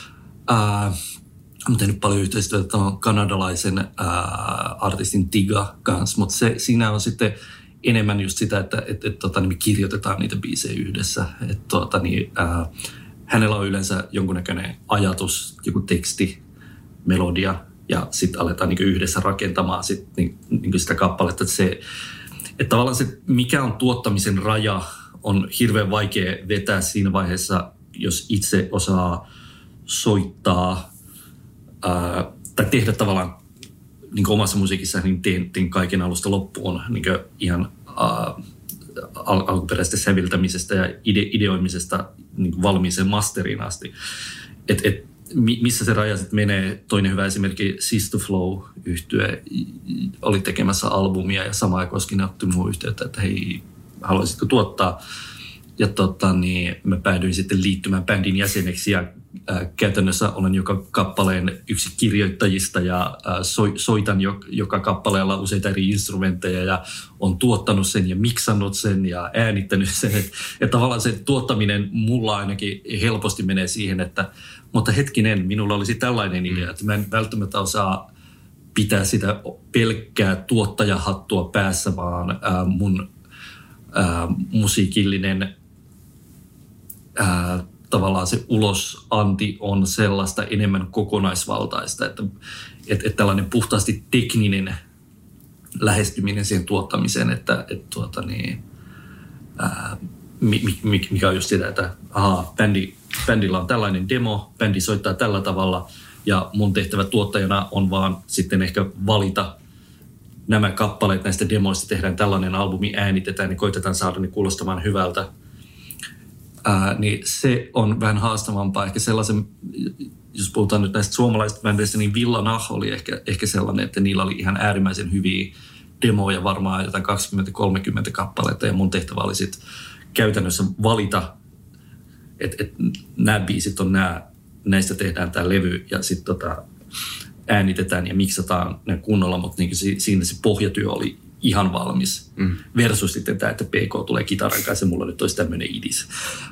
S5: olen tehnyt paljon yhteistyötä tämän kanadalaisen artistin Tiga kanssa, mutta siinä on sitten enemmän just sitä, että me kirjoitetaan niitä biisejä yhdessä. Hänellä on yleensä jonkunnäköinen ajatus, joku teksti, melodia ja sitten aletaan niin yhdessä rakentamaan niin sitä kappaletta. Että tavallaan se, mikä on tuottamisen raja, on hirveän vaikea vetää siinä vaiheessa, jos itse osaa soittaa tai tehdä tavallaan niin omassa musiikissa, niin teen kaiken alusta loppuun niin ihan alkuperäisestä säveltämisestä ja ideoimisesta niin valmiiseen masteriin asti. Missä se raja sitten menee? Toinen hyvä esimerkki, Sister Flow-yhtye oli tekemässä albumia ja samaan aikaan ne otti minun yhteyttä, että hei, haluaisitko tuottaa? Ja mä päädyin sitten liittymään bändin jäseneksi ja käytännössä olen joka kappaleen yksi kirjoittajista ja soitan joka kappaleella useita eri instrumentteja ja on tuottanut sen ja miksannut sen ja äänittänyt sen. Ja tavallaan se tuottaminen mulla ainakin helposti menee siihen, että mutta hetkinen, minulla olisi tällainen idea, että mä en välttämättä osaa pitää sitä pelkkää tuottajahattua päässä, vaan mun musiikillinen tavallaan se ulosanti on sellaista enemmän kokonaisvaltaista, että tällainen puhtaasti tekninen lähestyminen siihen tuottamiseen, mikä on just sitä, että bändillä on tällainen demo, bändi soittaa tällä tavalla ja mun tehtävä tuottajana on vaan sitten ehkä valita nämä kappaleet näistä demoista, tehdään tällainen albumi, äänitetään ja koitetaan saada ne kuulostamaan hyvältä. Niin se on vähän haastavampaa. Ehkä sellaisen, jos puhutaan nyt näistä suomalaisista bändeistä, niin Villa Nah oli ehkä sellainen, että niillä oli ihan äärimmäisen hyviä demoja, varmaan jotain 20-30 kappaletta, ja mun tehtävä oli sitten käytännössä valita, että nämä biisit on näistä tehdään tämä levy, ja sitten äänitetään ja miksataan ne kunnolla, mutta niin siinä se pohjatyö oli ihan valmis. Versus sitten tämä, että PK tulee kitaran kanssa ja mulla nyt olisi tämmöinen idis.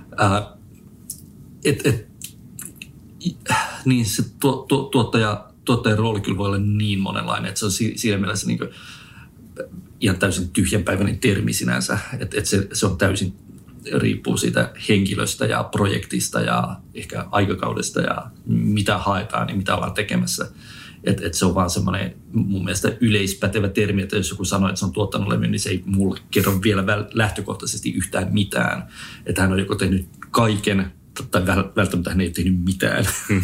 S5: Niin se tuottajan rooli kyllä voi olla niin monenlainen, että se on siinä mielessä niin kuin ihan täysin tyhjänpäiväinen termi sinänsä, että se on täysin riippuu siitä henkilöstä ja projektista ja ehkä aikakaudesta ja mitä haetaan ja mitä ollaan tekemässä. Että se on vaan semmoinen mun mielestä yleispätevä termi, että jos joku sanoo, että se on tuottanut levy, niin se ei mulle kerro vielä lähtökohtaisesti yhtään mitään. Että hän on joko tehnyt kaiken, tai välttämättä hän ei ole tehnyt mitään.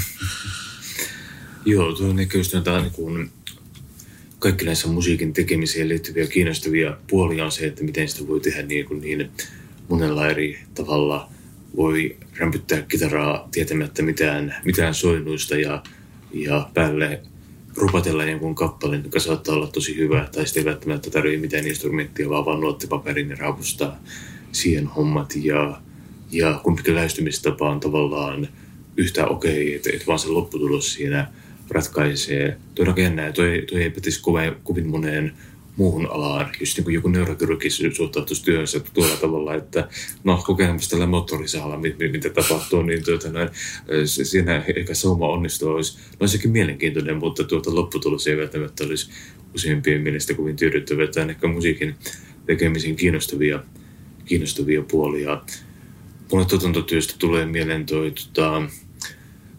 S4: Joo, tuo on ehkä just niin kaikki näissä musiikin tekemiseen liittyviä kiinnostavia puolia on se, että miten sitä voi tehdä niin monella eri tavalla. Voi rämpyttää kitaraa tietämättä mitään soinnuista ja päälle rupatella jonkun kappaleen, joka saattaa olla tosi hyvä, tai sitten ei välttämättä tarvitse mitään instrumenttia, vaan nuottipaperin ja raapustaa siihen hommat. Ja kumpikin lähestymistapa on tavallaan yhtä okei, että vaan se lopputulos siinä ratkaisee. Toi on jännää, toi ei pätisi kovin moneen muuhun alaan, just niin kuin joku neurokirurgi suhtautuisi työnsä tuolla tavalla, että kokeilemassa tällä moottorisahalla, mitä tapahtuu, niin siinä ehkä sauma onnistuu olisi sekin mielenkiintoinen, mutta lopputulos ei välttämättä olisi useimpien mielestä kovin tyydyttävä. Tämä on ehkä musiikin tekemisen kiinnostavia puolia. Mulle tuotantotyöstä tulee mieleen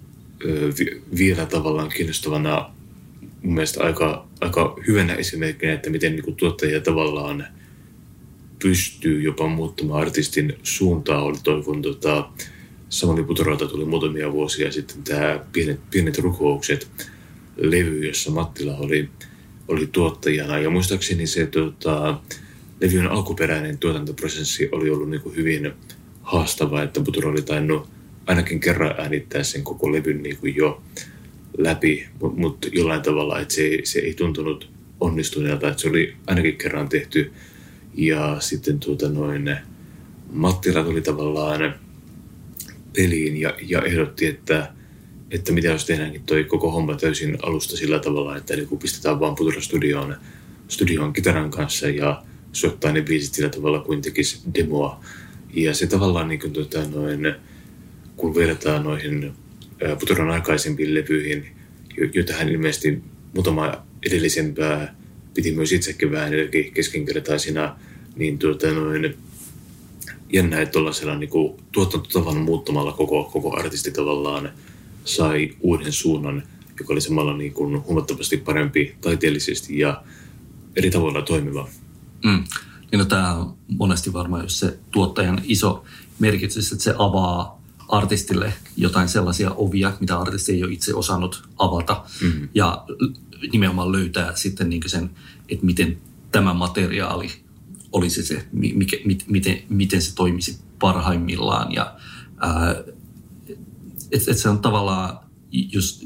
S4: vielä tavallaan kiinnostavana mun mielestä aika hyvänä esimerkkinä, että miten niin kuin tuottajia tavallaan pystyy jopa muuttamaan artistin suuntaa. Oli toi, kun Samuli Puturalta tuli muutamia vuosia sitten tämä Pienet rukoukset levy, jossa Mattila oli tuottajana. Ja muistaakseni se levyn alkuperäinen tuotantoprosessi oli ollut niin kuin hyvin haastava, että Putura oli tainnut ainakin kerran äänittää sen koko levyn niin kuin jo läpi, mutta jollain tavalla, että se ei tuntunut onnistuneelta, että se oli ainakin kerran tehty. Ja sitten Mattila tuli tavallaan peliin ja ehdotti, että mitä jos tehdäänkin toi koko homma täysin alusta sillä tavalla, että niin pistetään vaan Putura studioon kitaran kanssa ja soittaa ne biisit sillä tavalla kuin tekisi demoa. Ja se tavallaan, niin kuin, kun vertaa noihin Puturan aikaisempiin levyihin, joita hän ilmeisesti muutama edellisempää piti myös itsekin vähän keskinkertaisina, niin jännä, että tuollaisella niin tuotantotavan muuttamalla koko artisti tavallaan sai uuden suunnan, joka oli samalla niin kuin huomattavasti parempi taiteellisesti ja eri tavoilla toimiva.
S5: Niin no, tämä on monesti varmaan just se tuottajan iso merkitys, että se avaa artistille jotain sellaisia ovia, mitä artisti ei ole itse osannut avata. Ja nimenomaan löytää sitten niin sen, että miten tämä materiaali olisi se, miten se toimisi parhaimmillaan. Ja että se on tavallaan just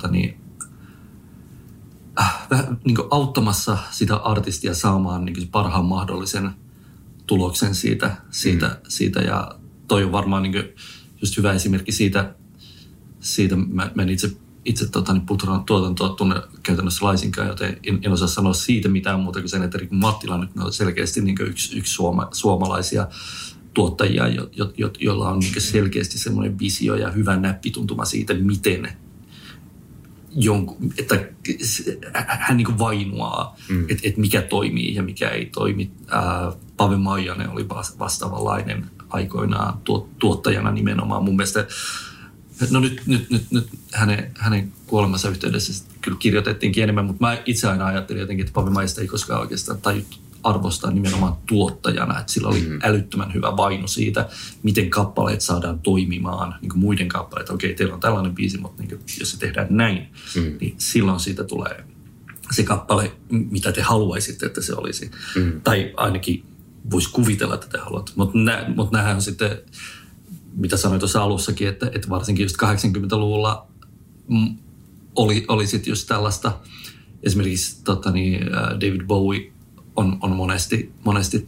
S5: vähän niin kuin auttamassa sitä artistia saamaan niin kuin parhaan mahdollisen tuloksen siitä. Ja toi on varmaan niin kuin just hyvä esimerkki siitä mä en itse Puturan tuotantoa tunne käytännössä laisinkaan, joten en osaa sanoa siitä mitään muuta kuin sen, että Mattila nyt on selkeästi niin yksi suomalaisia tuottajia, joilla on niin selkeästi semmoinen visio ja hyvä näppituntuma siitä, miten että hän niin vainuaa, että mikä toimii ja mikä ei toimi. Pave Maijanen oli vastaavanlainen aikoinaan tuottajana nimenomaan. Mun mielestä no nyt hänen kuolemansa yhteydessä kyllä kirjoitettiinkin enemmän, mutta mä itse aina ajattelin jotenkin, että Pave Maijanen ei koskaan oikeastaan tajut arvostaa nimenomaan tuottajana, että sillä oli älyttömän hyvä vainu siitä, miten kappaleet saadaan toimimaan, niin kuin muiden kappaleet. Okei, teillä on tällainen biisi, mutta niin jos se tehdään näin, niin silloin siitä tulee se kappale, mitä te haluaisitte, että se olisi. Tai ainakin voisi kuvitella, että te haluatte. Mutta nämähän on sitten, mitä sanoin tuossa alussakin, että varsinkin just 80-luvulla oli sitten just tällaista, esimerkiksi David Bowie on monesti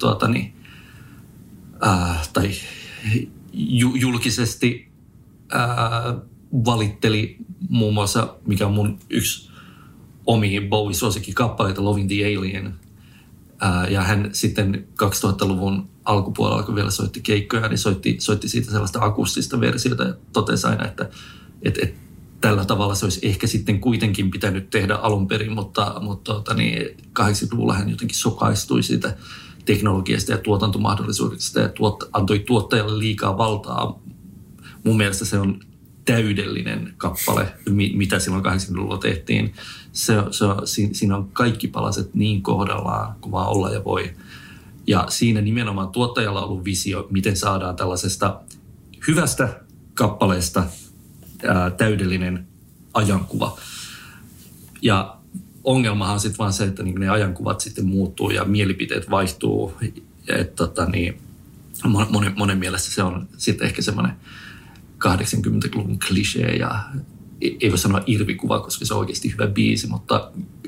S5: tai julkisesti valitteli muun muassa, mikä on mun yksi omiin Bowie-suosikin kappaleita, Loving the Alien. Ja hän sitten 2000-luvun alkupuolella, kun vielä soitti keikkoja, niin soitti siitä sellaista akustista versiota ja totesi aina, että tällä tavalla se olisi ehkä sitten kuitenkin pitänyt tehdä alun perin, mutta 80-luvulla hän jotenkin sokaistui siitä teknologiasta ja tuotantomahdollisuuksista ja antoi tuottajalle liikaa valtaa. Mun mielestä se on täydellinen kappale, mitä silloin 80-luvulla tehtiin. Siinä on kaikki palaset niin kohdallaan kuin vaan olla ja voi. Ja siinä nimenomaan tuottajalla on ollut visio, miten saadaan tällaisesta hyvästä kappaleesta täydellinen ajankuva. Ja ongelmahan on sitten vaan se, että ne ajankuvat sitten muuttuu ja mielipiteet vaihtuu. Että monen mielestä se on sitten ehkä semmoinen 80-luvun klisee ja ei voi sanoa irvikuva, koska se on oikeasti hyvä biisi, mutta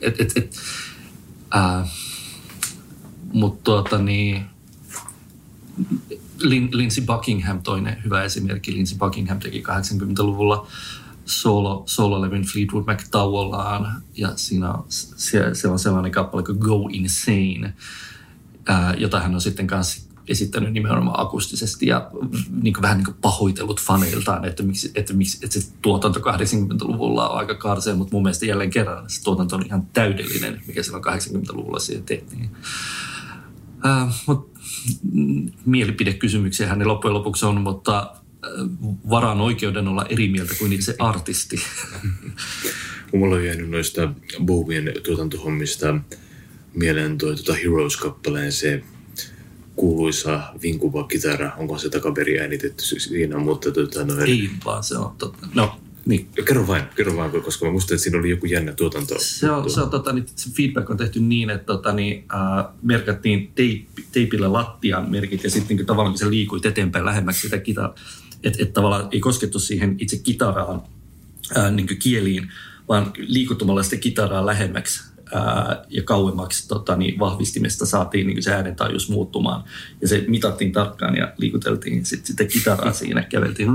S5: Lindsey Buckingham, toinen hyvä esimerkki. Lindsey Buckingham teki 80-luvulla solo-levyn Fleetwood Mac tauollaan ja se on sellainen kappale kuin Go Insane, jota hän on sitten kanssa esittänyt nimenomaan akustisesti ja vähän niin kuin pahoitellut faneiltaan, että se tuotanto 80-luvulla on aika karsea, mutta mun mielestä jälleen kerran se tuotanto on ihan täydellinen, mikä silloin 80-luvulla siihen tehtiin. Mutta mielipidekysymyksiä hän loppujen lopuksi on, mutta varan oikeuden olla eri mieltä kuin itse artisti.
S4: Mulla on jäänyt noista Bowien tuotantohommista mieleen Heroes-kappaleen se kuuluisa vinkuva kitara. Onko se takaperi äänitetty siinä, mutta
S5: ei vaan se on no niin.
S4: Kerro vain, koska mä muistan, että siinä oli joku jännä tuotanto.
S5: Se feedback on tehty niin, että merkattiin teipillä lattian merkit ja sitten niin tavallaan kun se liikui eteenpäin lähemmäksi sitä kitaraa, että tavallaan ei koskettu siihen itse kitaraan niin kieliin, vaan liikuttamalla sitä kitaraa lähemmäksi ja kauemmaksi vahvistimesta saatiin niin se äänentaajuus muuttumaan. Ja se mitattiin tarkkaan ja liikuteltiin sitten kitaraa siinä, käveltiin.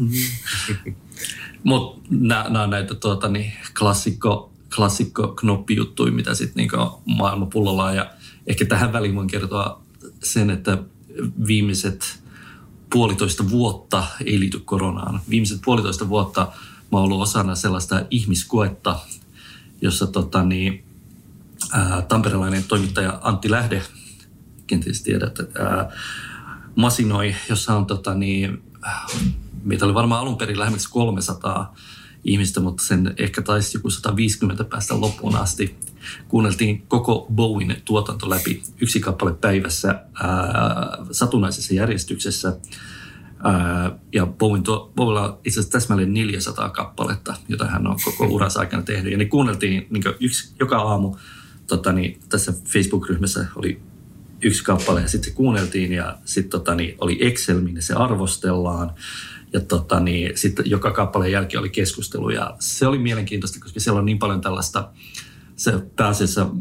S5: Mutta nämä on näitä klassikko knoppijuttuja, mitä sitten niin maailma pullollaan. Ja ehkä tähän väliin voin kertoa sen, että viimeiset 1,5 vuotta ei liity koronaan. Viimeiset 1,5 vuotta mä oon ollut osana sellaista ihmiskoetta, jossa tamperelainen toimittaja Antti Lähde, kenties tiedät, masinoi, jossa on meitä oli varmaan alun perin lähemmäksi 300 ihmistä, mutta sen ehkä taisi joku 150 päästä loppuun asti. Kuunneltiin koko Bowen tuotanto läpi, 1 kappale päivässä satunnaisessa järjestyksessä. Ja Bowella on itse asiassa täsmälleen 400 kappaletta, jota hän on koko uransa aikana tehnyt. Ja ne kuunneltiin niin joka aamu. Tässä Facebook-ryhmässä oli 1 kappale ja sitten se kuunneltiin ja sitten oli Excel, minne se arvostellaan. Ja sitten joka kappaleen jälkeen oli keskustelu ja se oli mielenkiintoista, koska siellä on niin paljon tällaista, se pääasiassa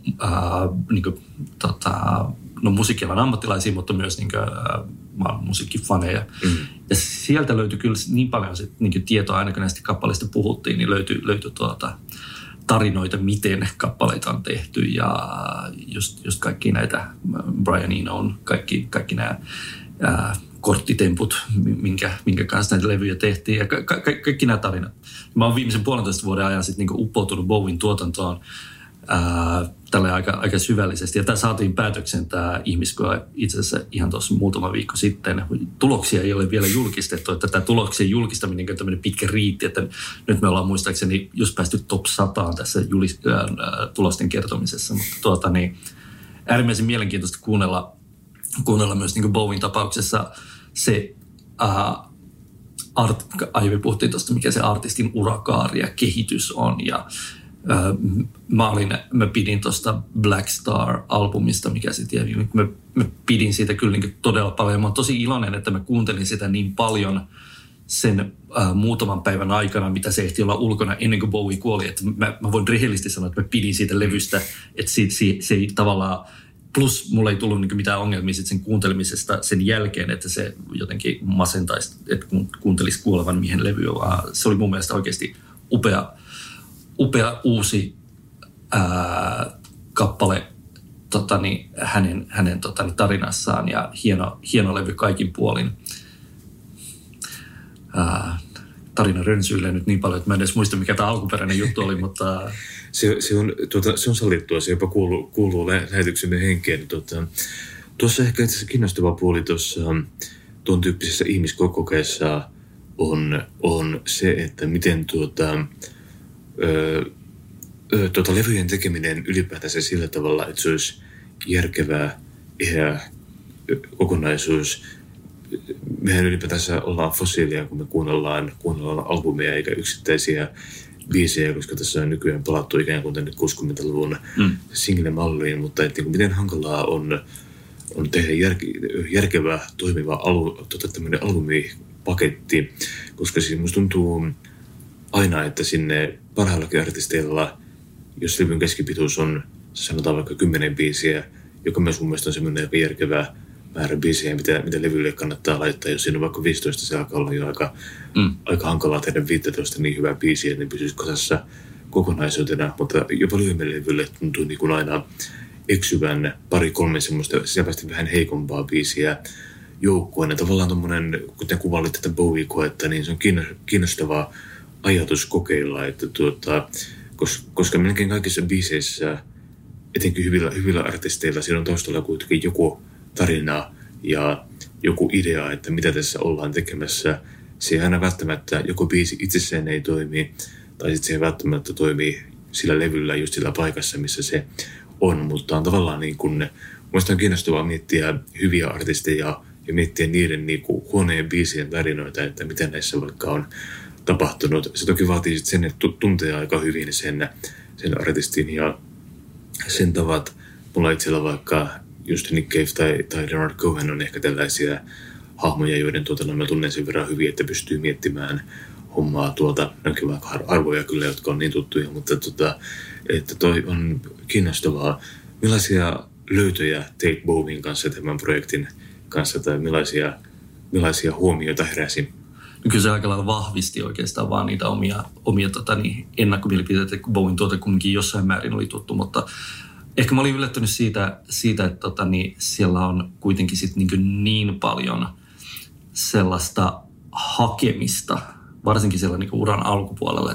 S5: musiikkialan ammattilaisia, mutta myös musiikkifaneja. Ja sieltä löytyi kyllä niin paljon tietoa, aina kun näistä kappaleista puhuttiin, niin löytyi tarinoita, miten kappaleita on tehty ja just kaikki näitä Brian Enoon, kaikki nämä korttitemput, minkä kanssa näitä levyjä tehtiin ja kaikki nämä tarinat. Mä oon viimeisen 1,5 vuoden ajan sitten uppoutunut Bowen tuotantoon tälle aika syvällisesti. Ja tämä saatiin päätöksen tämä ihmiskoe itse asiassa ihan tuossa muutama viikko sitten. Tuloksia ei ole vielä julkistettu, että tämä tuloksien julkistaminen on tämmöinen pitkä riitti, että nyt me ollaan muistaakseni just päästy top 100 tässä tulosten kertomisessa, mutta äärimmäisen mielenkiintoista kuunnella myös niin kuin Bowen tapauksessa se aiemmin puhuttiin tuosta, mikä se artistin urakaari ja kehitys on ja mä pidin tuosta Black Star-albumista, mikä sitten jäi. Mä pidin siitä kyllä niin todella paljon. Mä oon tosi iloinen, että mä kuuntelin sitä niin paljon sen muutaman päivän aikana, mitä se ehti olla ulkona ennen kuin Bowie kuoli. Että mä voin rehellisesti sanoa, että mä pidin siitä levystä, että se ei tavallaan. Plus mulla ei tullut niin mitään ongelmia sen kuuntelemisesta sen jälkeen, että se jotenkin masentaisi, että kuuntelisi kuolevan miehen levyä, vaan se oli mun mielestä oikeasti upea uusi kappale hänen tarinassaan ja hieno levy kaikin puolin. Tarina rönsyilee nyt niin paljon, että mä en edes muista, mikä tämä alkuperäinen juttu oli, mutta
S4: Se on sallittua, se jopa kuuluu lähetyksemme henkeen. Tuossa ehkä itse asiassa kiinnostava puoli tuon tyyppisessä ihmiskokeessa on se, että miten levyjen tekeminen ylipäätänsä sillä tavalla, että se olisi järkevää, ehä kokonaisuus. Mehän ylipäätänsä ollaan fossiilia, kun me kuunnellaan albumeja eikä yksittäisiä biisejä, koska tässä on nykyään palattu ikään kuin tänne 60-luvun single-malliin, mutta että miten hankalaa on tehdä järkevä, toimiva tämmöinen albumipaketti, koska siis musta tuntuu aina, että sinne parhaillakin artisteilla, jos levyn keskipituus on, sanotaan vaikka 10 biisiä, joka myös mun mielestä on semmoinen aika järkevä määrä biisejä, mitä levylle kannattaa laittaa. Jos siinä on vaikka 15, se alkaa olla jo aika hankalaa tehdä 15 niin hyvää biisiä, että ne pysyisi kasassa kokonaisuutena, mutta jopa lyhyemmille levylle tuntuu niin kuin aina eksyvän 2-3 semmoista selvästi vähän heikompaa biisiä joukkueen. Ja tavallaan tommoinen, kun te kuvailitte tätä Bowie-koetta, niin se on kiinnostava ajatus kokeilla, että koska melkein kaikissa biiseissä, etenkin hyvillä artisteilla, siinä on taustalla kuitenkin joku tarina ja joku idea, että mitä tässä ollaan tekemässä. Se ei aina välttämättä, joko biisi itsessään ei toimi, tai sitten se ei välttämättä toimi sillä levyllä just sillä paikassa, missä se on. Mutta on tavallaan niin kuin, musta on kiinnostavaa miettiä hyviä artisteja ja miettiä niiden niin kuin huoneen biisien tarinoita, että mitä näissä vaikka on tapahtunut. Se toki vaatii sen, että tuntee aika hyvin sen artistin ja sen tavat. Mulla itsellä vaikka just Nick Cave tai Leonard Cohen on ehkä tällaisia hahmoja, joiden mä tunnen sen verran hyvin, että pystyy miettimään hommaa tuolta. Onkin vaikka arvoja kyllä, jotka on niin tuttuja, mutta että toi on kiinnostavaa. Millaisia löytöjä teit Bowien kanssa tämän projektin kanssa tai millaisia huomioita heräsi?
S5: Kyllä se aika lailla vahvisti oikeastaan vaan niitä omia ennakkomielipiteitä, kun Bowien tuote kumminkin jossain määrin oli tuttu, mutta ehkä mä olin yllättynyt siitä että siellä on kuitenkin sit niin paljon sellaista hakemista, varsinkin siellä uran alkupuolella,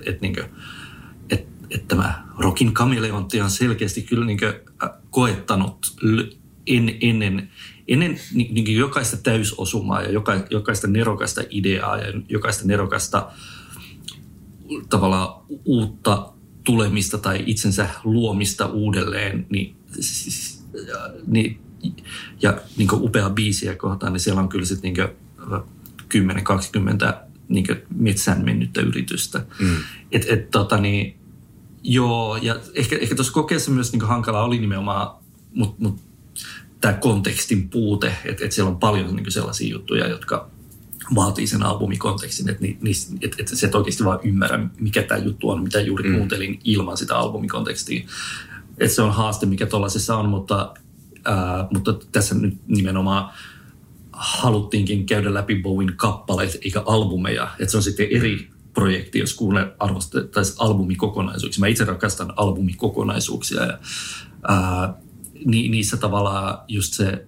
S5: että tämä Rockin kameleontti on selkeästi kyllä koettanut ennen jokaista täysosumaa ja jokaista nerokasta ideaa ja jokaista nerokasta tavallaan uutta tulemista tai itsensä luomista uudelleen, ja upea biisiä kohtaan, niin siellä on kyllä sitten 10-20 metsään mennyttä yritystä. Joo, ja ehkä tuossa kokeessa myös hankalaa oli nimenomaan, mutta tämä kontekstin puute, että siellä on paljon sellaisia juttuja, jotka vaatii sen albumikontekstin, että se et oikeasti vaan ymmärrä, mikä tämä juttu on, mitä juuri kuuntelin ilman sitä albumikontekstia. Että se on haaste, mikä tuollaisessa on, mutta tässä nyt nimenomaan haluttiinkin käydä läpi Bowien kappaleita eikä albumeja. Että se on sitten eri projekti, jos arvostettaisiin albumikokonaisuuksia. Mä itse rakastan albumikokonaisuuksia ja niissä tavallaan just se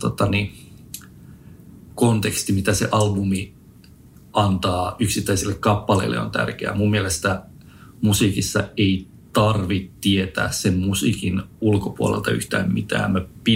S5: konteksti, mitä se albumi antaa yksittäisille kappaleille on tärkeää. Mun mielestä musiikissa ei tarvitse tietää sen musiikin ulkopuolelta yhtään mitään.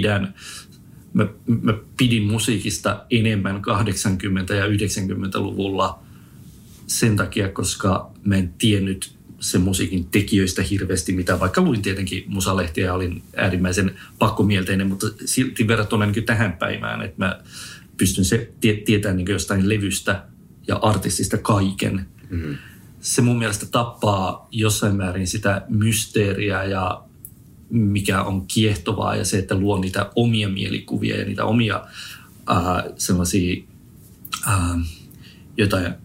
S5: Mä pidin musiikista enemmän 80- ja 90-luvulla sen takia, koska mä en tiennyt sen musiikin tekijöistä hirveästi, mitä vaikka luin tietenkin musalehtiä ja olin äärimmäisen pakkomielteinen, mutta silti verrattuna tähän päivään, että mä pystyn tietämään jostain levystä ja artistista kaiken. Mm-hmm. Se mun mielestä tappaa jossain määrin sitä mysteeriä ja mikä on kiehtovaa ja se, että luo niitä omia mielikuvia ja niitä omia sellaisia jotain.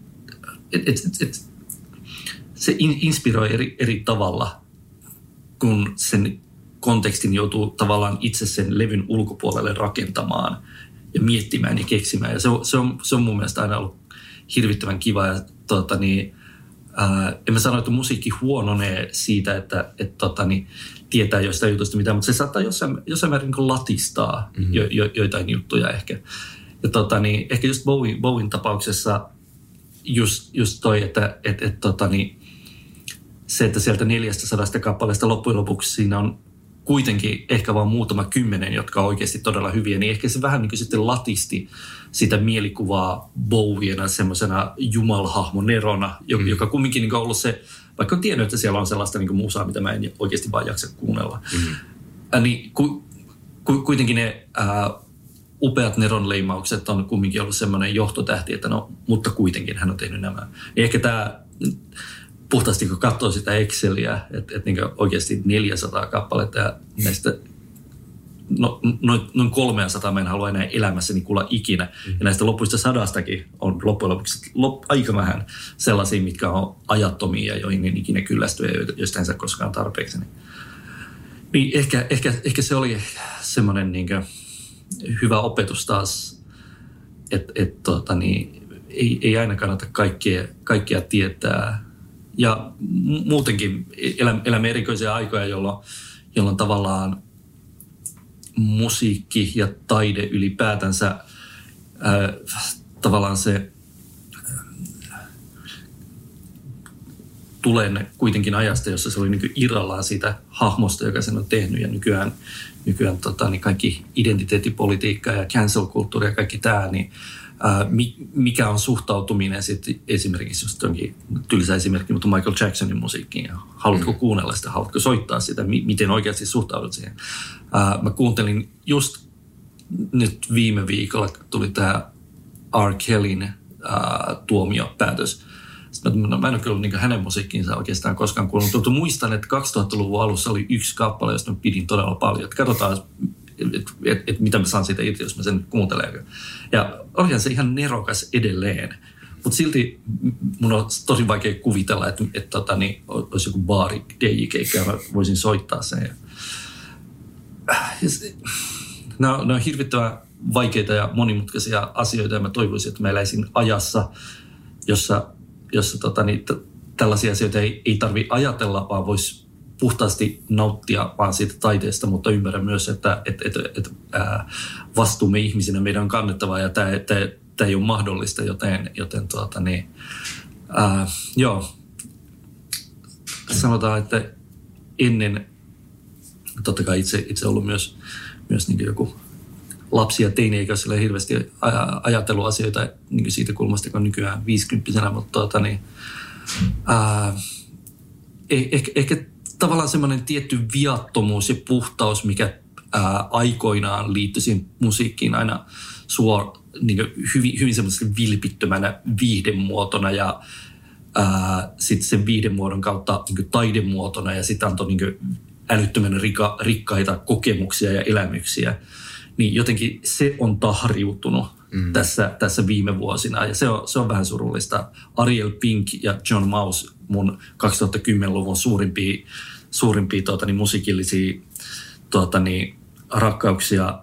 S5: Se inspiroi eri tavalla, kun sen kontekstin joutuu tavallaan itse sen levyn ulkopuolelle rakentamaan ja miettimään ja keksimään. Ja se on mun mielestä aina ollut hirvittävän kiva. Ja, en mä sano, että musiikki huononee siitä, että tietää jostain jutusta mitään, mutta se saattaa jossain määrin latistaa joitain juttuja ehkä. Ja ehkä just Bowien tapauksessa just toi, että se, että sieltä 400 kappaleesta loppujen lopuksi siinä on kuitenkin ehkä vaan muutama 10, jotka on oikeasti todella hyviä, niin ehkä se vähän sitten latisti sitä mielikuvaa Bowiena semmoisena jumalhahmonerona, joka kumminkin on ollut se, vaikka on tiennyt, että siellä on sellaista musaa, mitä mä en oikeasti vaan jaksa kuunnella. Niin kuitenkin ne upeat neronleimaukset on kumminkin ollut semmoinen johtotähti, että mutta kuitenkin hän on tehnyt nämä. Niin ehkä tämä puhtaasti, kun katsoo sitä Exceliä, että oikeasti 400 kappaletta ja näistä noin 300 mä en halua enää elämässäni kuulla ikinä. Ja näistä lopuista 100stakin on loppujen lopuksi aika vähän sellaisia, mitkä on ajattomia ja joihin en ikinä kyllästy ja joista en saa koskaan tarpeeksi. Niin ehkä se oli semmoinen hyvä opetus taas, että ei aina kannata kaikkea tietää. Ja muutenkin elämme erikoisia aikoja, jolloin tavallaan musiikki ja taide ylipäätänsä tavallaan se tulen kuitenkin ajasta, jossa se oli niin kuin irrallaan siitä hahmosta, joka sen on tehnyt. Ja nykyään niin kaikki identiteettipolitiikka ja cancel-kulttuuri ja kaikki tämä, niin mikä on suhtautuminen sitten esimerkiksi just jonkin tylsä esimerkki, mutta Michael Jacksonin musiikkiin. Ja haluatko kuunnella sitä, haluatko soittaa sitä, miten oikeasti suhtaudut siihen. Mä kuuntelin just nyt viime viikolla, tuli tämä R. Kellyn tuomiopäätös. Mä en ole kyllä niin hänen musiikkiinsa oikeastaan koskaan kuullut, mutta muistan, että 2000-luvun alussa oli yksi kappale, josta mä pidin todella paljon. Että katsotaan, että mitä mä saan siitä irti, jos mä sen kuuntelen. Ja olihan se ihan nerokas edelleen. Mutta silti mun on tosi vaikea kuvitella, että olisi joku baari DJ-keikka ja mä voisin soittaa sen. Nämä on hirvittävän vaikeita ja monimutkaisia asioita ja mä toivoisin, että mä eläisin ajassa, jossa tällaisia asioita ei tarvitse ajatella, vaan voisi puhtaasti nauttia vaan siitä taiteesta, mutta ymmärrän myös, että vastuumme ihmisinä meidän on kannettava ja tämä ei ole mahdollista, joten sanotaan, että ennen, totta kai itse ollut myös niin joku lapsi- ja teini-ikäisillä hirveästi ajatellut asioita niin siitä kulmasta, kun nykyään 50-vuotiaana, mutta ehkä tavallaan semmoinen tietty viattomuus ja puhtaus, mikä aikoinaan liittyi siihen musiikkiin aina niin hyvin semmoisella vilpittömänä viihdemuotona ja sitten sen viihdemuodon kautta niin taidemuotona ja sitten antoi niin älyttömän rikkaita kokemuksia ja elämyksiä. Niin jotenkin se on tahriutunut tässä viime vuosina ja se on vähän surullista. Ariel Pink ja John Mouse, mun 2010-luvun suurimpia musiikillisia rakkauksia,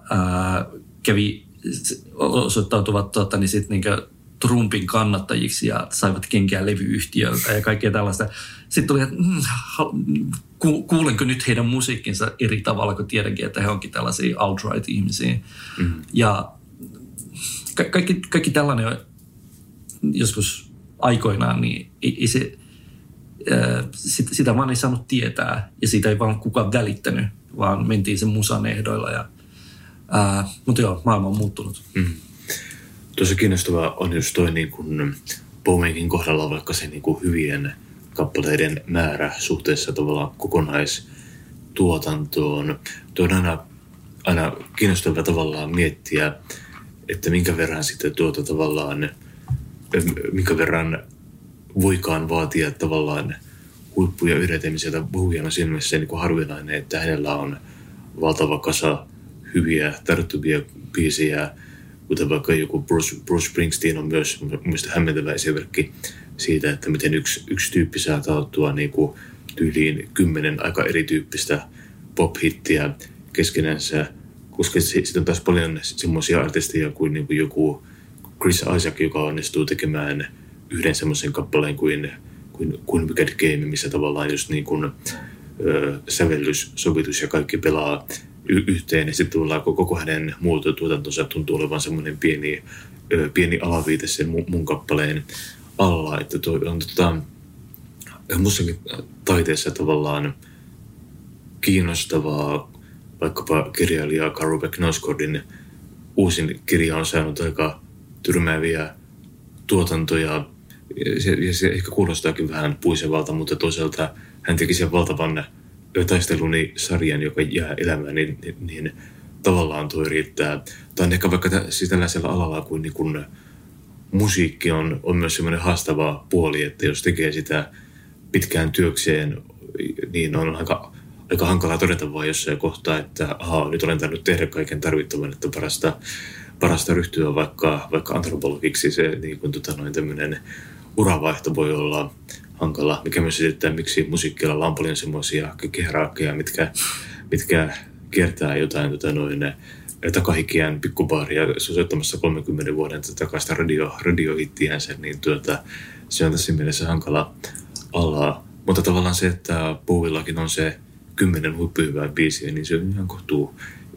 S5: osoittautuvat sit niinku Trumpin kannattajiksi ja saivat kenkää levyyhtiöltä ja kaikkea tällaista. Sitten tuli, että kuulenko nyt heidän musiikkinsa eri tavalla, kun tiedänkin, että he onkin tällaisia alt-right-ihmisiä. Ja kaikki tällainen joskus aikoinaan, niin ei se, sitä vaan ei saanut tietää ja siitä ei vaan kukaan välittänyt, vaan mentiin sen musan ehdoilla. Mutta joo, maailma on muuttunut.
S4: Tosi kiinnostavaa on just toi niin kuin Bowmankin kohdalla vaikka se niin kuin hyvien kappaleiden määrä suhteessa tavallaan kokonaistuotantoon. Tuo on aina kiinnostavaa tavallaan miettiä, että minkä verran sitten minkä verran voikaan vaatia tavallaan huippuja yhdentämisiä puhujana silmissä niin kuin harvinainen, että hänellä on valtava kasa hyviä, tarttuvia biisejä, kuten vaikka joku Bruce Springsteen on myös mielestäni hämmentävä esimerkki siitä, että miten yksi tyyppi saa tauttua niin kuin tyyliin 10 aika erityyppistä pop-hittiä keskenänsä, koska sitten on taas paljon semmoisia artisteja kuin joku Chris Isaac, joka onnistuu tekemään yhden semmoisen kappaleen kuin Wicked Game, missä tavallaan just niin kuin sävellys, sovitus ja kaikki pelaa yhteen. Ja sitten tullaan koko hänen muototuotantonsa tuntuu olevan semmoinen pieni alaviite sen mun kappaleen alla. Että on musiikin taiteessa tavallaan kiinnostavaa, vaikkapa kirjailija Karl Knausgårdin uusin kirja on saanut aika tyrmääviä tuotantoja. Ja se ehkä kuulostaakin vähän puisevalta, mutta toisaalta hän teki sen valtavan taisteluni sarjan, joka jää elämään, niin tavallaan tuo riittää. Tai ehkä vaikka siis tällaisella alalla kuin, niin kun musiikki on myös semmoinen haastava puoli, että jos tekee sitä pitkään työkseen, niin on aika hankala todeta vaan jossain kohtaa, että nyt olen tainnut tehdä kaiken tarvittavan, että parasta ryhtyä vaikka antropologiksi. Se niin kuin, tämmöinen uravaihto voi olla hankala, mikä myös selittää, miksi musiikkialalla on paljon semmoisia kehraakkeja, mitkä kiertää jotain takahikien pikkubaaria soittamassa 30 vuoden takasta radiohittiänsä, niin se on tässä mielessä hankala ala. Mutta tavallaan se, että Bowillakin on se 10 huippuhyvää biisiä, niin se on ihan kohtuu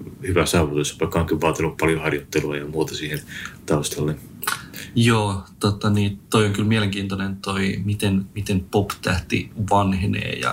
S4: hyvä saavutus, vaikka onkin vaatinut paljon harjoittelua ja muuta siihen taustalle.
S5: Joo, toi on kyllä mielenkiintoinen toi, miten pop-tähti vanhenee ja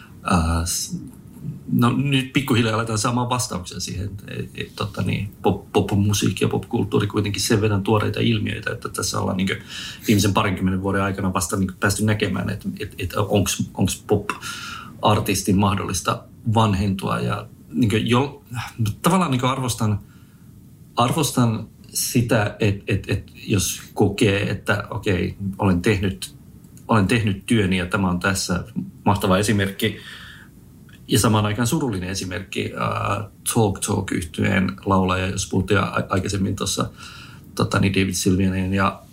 S5: no nyt pikkuhiljaa aletaan saamaan vastauksia siihen, pop-musiikki ja pop-kulttuuri kuitenkin sen verran tuoreita ilmiöitä, että tässä ollaan niin viimeisen 20 vuoden aikana vasta niin päästy näkemään, että onko pop-artistin mahdollista vanhentua ja niin tavallaan niin arvostan sitä, että jos kokee, että okei, olen tehnyt työni ja tämä on tässä mahtava esimerkki. Ja samaan aikaan surullinen esimerkki Talk Talk-yhtyeen laulaja, jos puhuttiin aikaisemmin tuossa David Sylvianin ja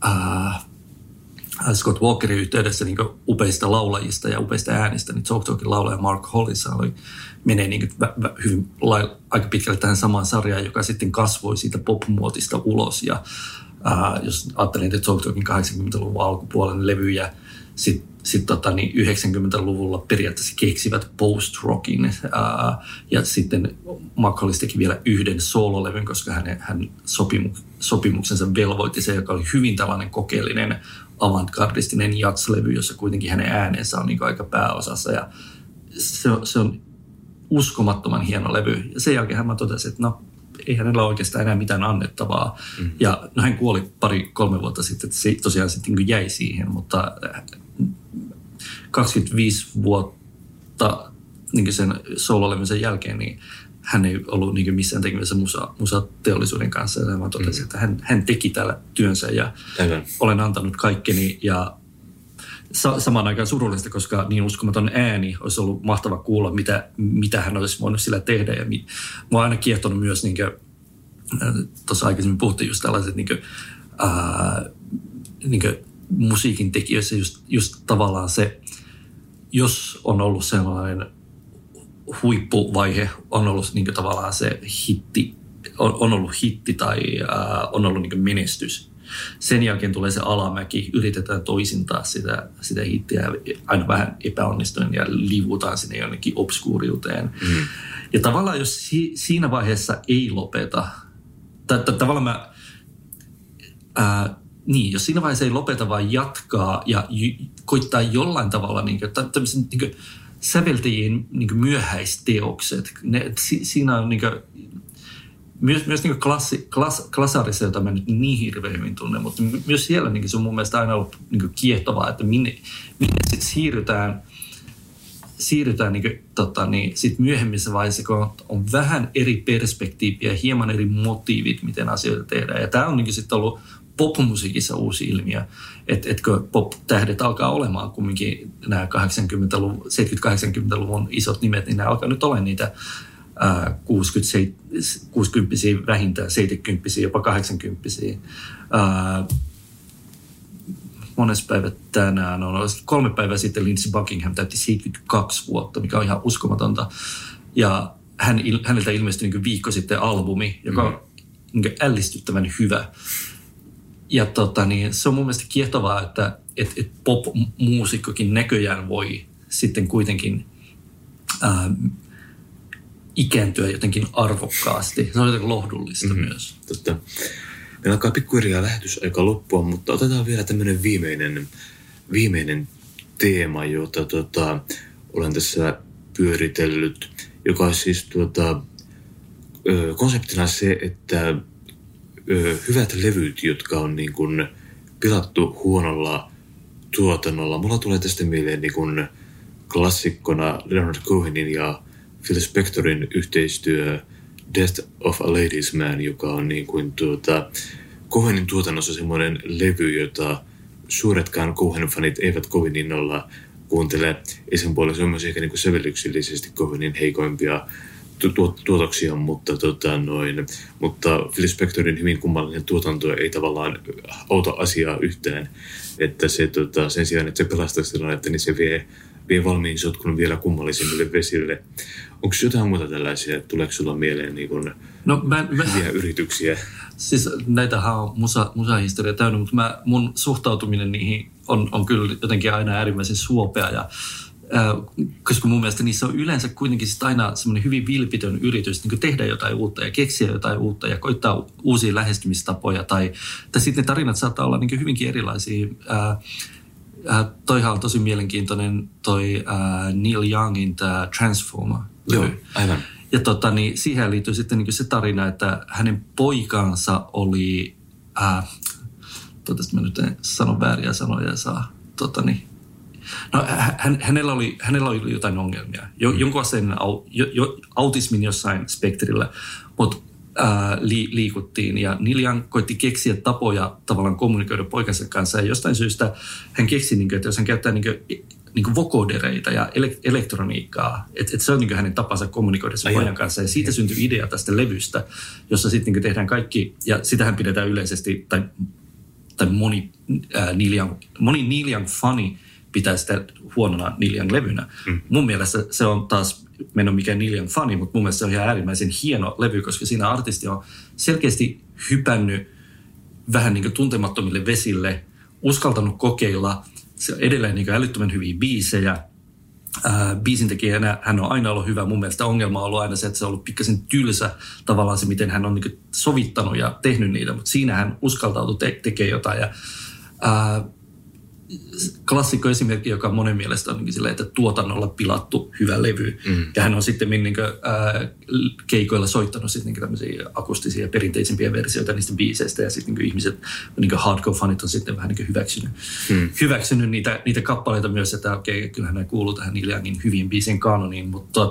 S5: Scott Walkerin yhteydessä niin upeista laulajista ja upeista äänistä, niin Talk Talkin laulaja Mark Hollis menee niin hyvin aika pitkälle tähän samaan sarjaan, joka sitten kasvoi siitä pop-muotista ulos. Ja jos ajattelin, että Talk Talkin 80-luvun alkupuolen levyjä, sitten 90-luvulla periaatteessa keksivät post-rockin ja sitten Mark Hollis teki vielä yhden soololevyn, koska hän sopimuksensa velvoitti se, joka oli hyvin tällainen kokeellinen avantgardistinen jazz-levy, jossa kuitenkin hänen äänensä on niin aika pääosassa ja se on uskomattoman hieno levy. Ja sen jälkeen hän totesin, että no ei hänellä oikeastaan enää mitään annettavaa. Mm. Ja no, hän kuoli 2-3 vuotta sitten, että se tosiaan sitten niin jäi siihen, mutta 25 vuotta niin sen soololevynsä jälkeen, niin hän ei ollut niin missään tekemässä musateollisuuden kanssa. Ja mä totesin, että hän teki täällä työnsä ja olen antanut kaikkeni. Ja samaan aikaan surullista, koska niin uskomaton ääni olisi ollut mahtava kuulla, mitä hän olisi voinut sillä tehdä. Ja mua on aina kiehtonut myös, niin tuossa aikaisemmin puhuttiin just tällaiset musiikin tekijöissä just tavallaan se, jos on ollut sellainen huippuvaihe, on ollut niin tavallaan se hitti, on ollut hitti tai on ollut niin menestys. Sen jälkeen tulee se alamäki, yritetään toisintaa sitä hittiä aina vähän epäonnistuen ja livutaan sinne jonnekin obskuuriuteen. Mm. Ja tavallaan jos siinä vaiheessa ei lopeta, tavallaan jos siinä vaiheessa ei lopeta, vaan jatkaa ja koittaa jollain tavalla tämmöisen säveltäjien myöhäisteokset, siinä on myös Klasarissa, jota mä nyt niin hirveän hyvin tunnen, mutta myös siellä se on mun mielestä aina ollut kiehtovaa, että minne sitten siirrytään sit myöhemmissä vaiheissa, kun on vähän eri perspektiiviä, hieman eri motiivit, miten asioita tehdään. Ja tämä on sitten ollut popmusiikissa uusi ilmiö, että kun pop-tähdet alkaa olemaan kumminkin nämä 70-80-luvun isot nimet, niin nämä alkaa nyt olla niitä 60-vuotiaita vähintään 70-vuotiaita, jopa 80-vuotiaita. Mones päivä tänään on. 3 päivää sitten Lindsey Buckingham täytti 72 vuotta, mikä on ihan uskomatonta. Ja häneltä ilmestyi viikko sitten albumi, joka on ällistyttävän hyvä. Ja se on mun mielestä kiehtovaa, että pop-muusikkokin näköjään voi sitten kuitenkin ikääntyä jotenkin arvokkaasti. Se on jotenkin lohdullista myös.
S4: Totta. Meillä alkaa pikkuhiljaa lähetysaika loppua, mutta otetaan vielä tämmöinen viimeinen teema, jota olen tässä pyöritellyt, joka on siis konseptina se, että hyvät levyt, jotka on niin kuin pilattu huonolla tuotannolla. Mulla tulee tästä mieleen niin kuin klassikkona Leonard Cohenin ja Phil Spectorin yhteistyö Death of a Ladies Man, joka on niin kuin Cohenin tuotannossa semmoinen levy, jota suuretkaan Cohen-fanit eivät kovin innolla kuuntele. Ja sen puolella se on myös ehkä niin kuin sävellyksellisesti Cohenin heikoimpia tuotoksia, mutta Phil Spectorin hyvin kummallinen tuotanto ei tavallaan auta asiaa yhtään. Että se sen sijaan, että se pelastaisi tilannetta, niin se vie valmiin sotkun vielä kummallisimmille vesille. Onko jotain muuta tällaisia? Tuleeko sulla mieleen niin kun hyviä yrityksiä?
S5: Siis näitähän on musahistoria täynnä, mutta mun suhtautuminen niihin on kyllä jotenkin aina äärimmäisen suopea ja koska mun mielestä niissä on yleensä kuitenkin aina semmoinen hyvin vilpitön yritys niin tehdä jotain uutta ja keksiä jotain uutta ja koittaa uusia lähestymistapoja. Tai sitten ne tarinat saattaa olla niin hyvinkin erilaisia. Toihan on tosi mielenkiintoinen toi Neil Youngin tämä Transformer.
S4: Joo, aivan.
S5: Ja siihen liittyy sitten niin se tarina, että hänen poikansa oli, mä nyt en sano vääriä sanoja saa, no, hänellä oli jotain ongelmia, jonkun asian autismin jossain spektrillä, mutta liikuttiin ja Neil Young koitti keksiä tapoja tavallaan kommunikoida poikansa kanssa ja jostain syystä hän keksi, että jos hän käyttää vokodereita ja elektroniikkaa, että se on hänen tapansa kommunikoida sen pojan kanssa ja siitä syntyi idea tästä levystä, jossa sitten tehdään kaikki ja sitähän pidetään yleisesti tai moni Neil Young fani pitää sitä huonona Neil Young-levynä. Mun mielestä se on taas, mä en ole mikään Neil Young-fani, mutta mun mielestä se on ihan äärimmäisen hieno levy, koska siinä artisti on selkeästi hypännyt vähän tuntemattomille vesille, uskaltanut kokeilla, se on edelleen älyttömän hyviä biisejä. Biisintekijänä hän on aina ollut hyvä. Mun mielestä ongelma on ollut aina se, että se on ollut pikkasen tylsä tavallaan se, miten hän on sovittanut ja tehnyt niitä, mutta siinä hän uskaltautui tekemään jotain. Ja, klassikko esimerkki, joka monen mielestä on silleen, että tuotannolla pilattu hyvä levy. Ja hän on sitten keikoilla soittanut sitten tämmöisiä akustisia perinteisempiä versioita niistä biiseistä ja sitten ihmiset, hardcore-fanit on sitten vähän hyväksynyt niitä kappaleita myös, että okei, kyllähän nämä kuuluu tähän Neil Youngin hyvien biisien kanoniin, mutta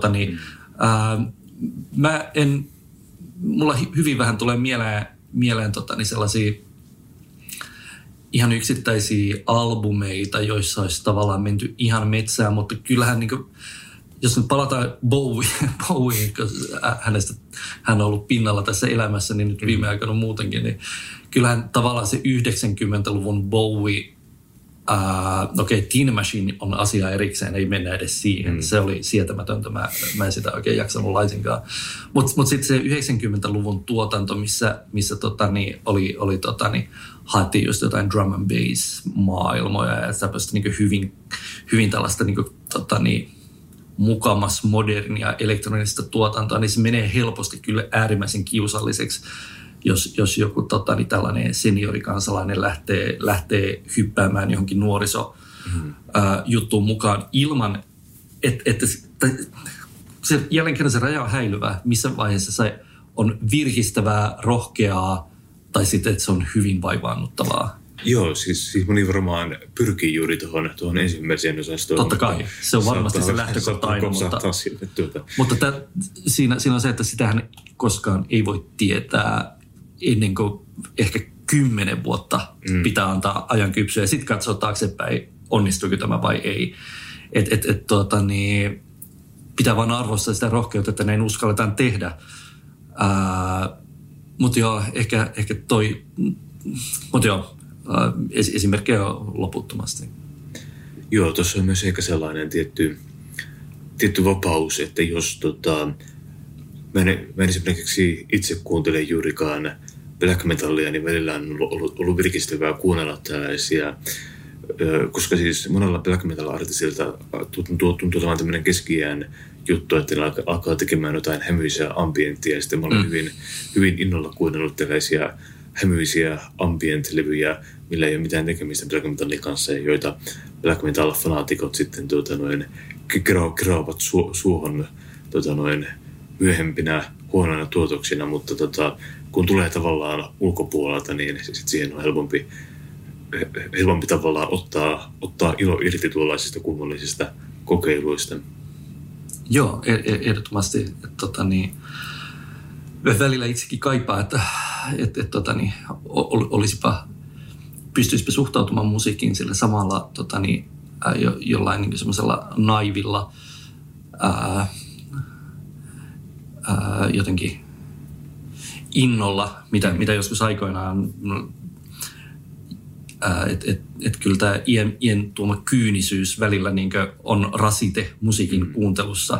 S5: mulla hyvin vähän tulee mieleen sellaisia ihan yksittäisiä albumeita, joissa olisi tavallaan menty ihan metsään, mutta kyllähän jos nyt palataan Bowie, koska hän on ollut pinnalla tässä elämässä, niin nyt viime aikoina muutenkin, niin kyllähän tavallaan se 90-luvun Bowie, Teen Machine on asia erikseen, ei mennä edes siihen. Se oli sietämätöntä, mä en sitä oikein jaksanut laisinkaan. Mutta sitten se 90-luvun tuotanto, missä oli haettiin just jotain drum and bass maailmoja ja tämmöistä hyvin tällaista mukamas modernia elektronista tuotantoa, niin se menee helposti kyllä äärimmäisen kiusalliseksi, jos joku tällainen seniorikansalainen lähtee hyppäämään johonkin nuorisojuttuun mukaan ilman, että se jälleen kerran se raja on häilyvä, missä vaiheessa se on virkistävää, rohkeaa tai sitten, että se on hyvin vaivaannuttavaa.
S4: Joo, siis moni varmaan pyrkii juuri tuohon ensimmäiseen osastoon.
S5: Totta kai, se on varmasti se lähtökohta aina, mutta siinä on se, että sitähän koskaan ei voi tietää ennen kuin ehkä 10 vuotta pitää antaa ajan kypsyä ja sitten katsoa taaksepäin, onnistuuko tämä vai ei. Pitää vaan arvostaa sitä rohkeutta, että näin uskalletaan tehdä. Mutta joo, ehkä toi, mutta joo, esimerkkejä on loputtomasti.
S4: Joo, tuossa on myös ehkä sellainen tietty vapaus, että jos mä en esimerkiksi itse kuuntele juurikaan black metallia, niin välillä on ollut virkistävää kuunnella tällaisia, koska siis monella black metal-artistilta tuntuu olevan tämmöinen keski-iän juttu, että ne alkaa tekemään jotain hämyisiä ambienttia, ja sitten mä olen hyvin innolla kuunnellut tällaisia hämyisiä ambient-levyjä, millä ei ole mitään tekemistä black metallin kanssa, ja joita black metal-fanaatikot sitten keraavat suohon myöhempinä huonoina tuotoksina, mutta kun tulee tavallaan ulkopuolelta, niin sit siihen on helpompi tavallaan ottaa ilo irti tuollaisista kunnollisista kokeiluista.
S5: Joo, ehdottomasti. Välillä itsekin kaipaa, että pystyisipä suhtautumaan musiikkiin sillä samalla jollain niin semmoisella naivilla jotenkin innolla, mitä joskus aikoinaan, että kyllä tämä iän tuoma kyynisyys välillä niin on rasite musiikin kuuntelussa,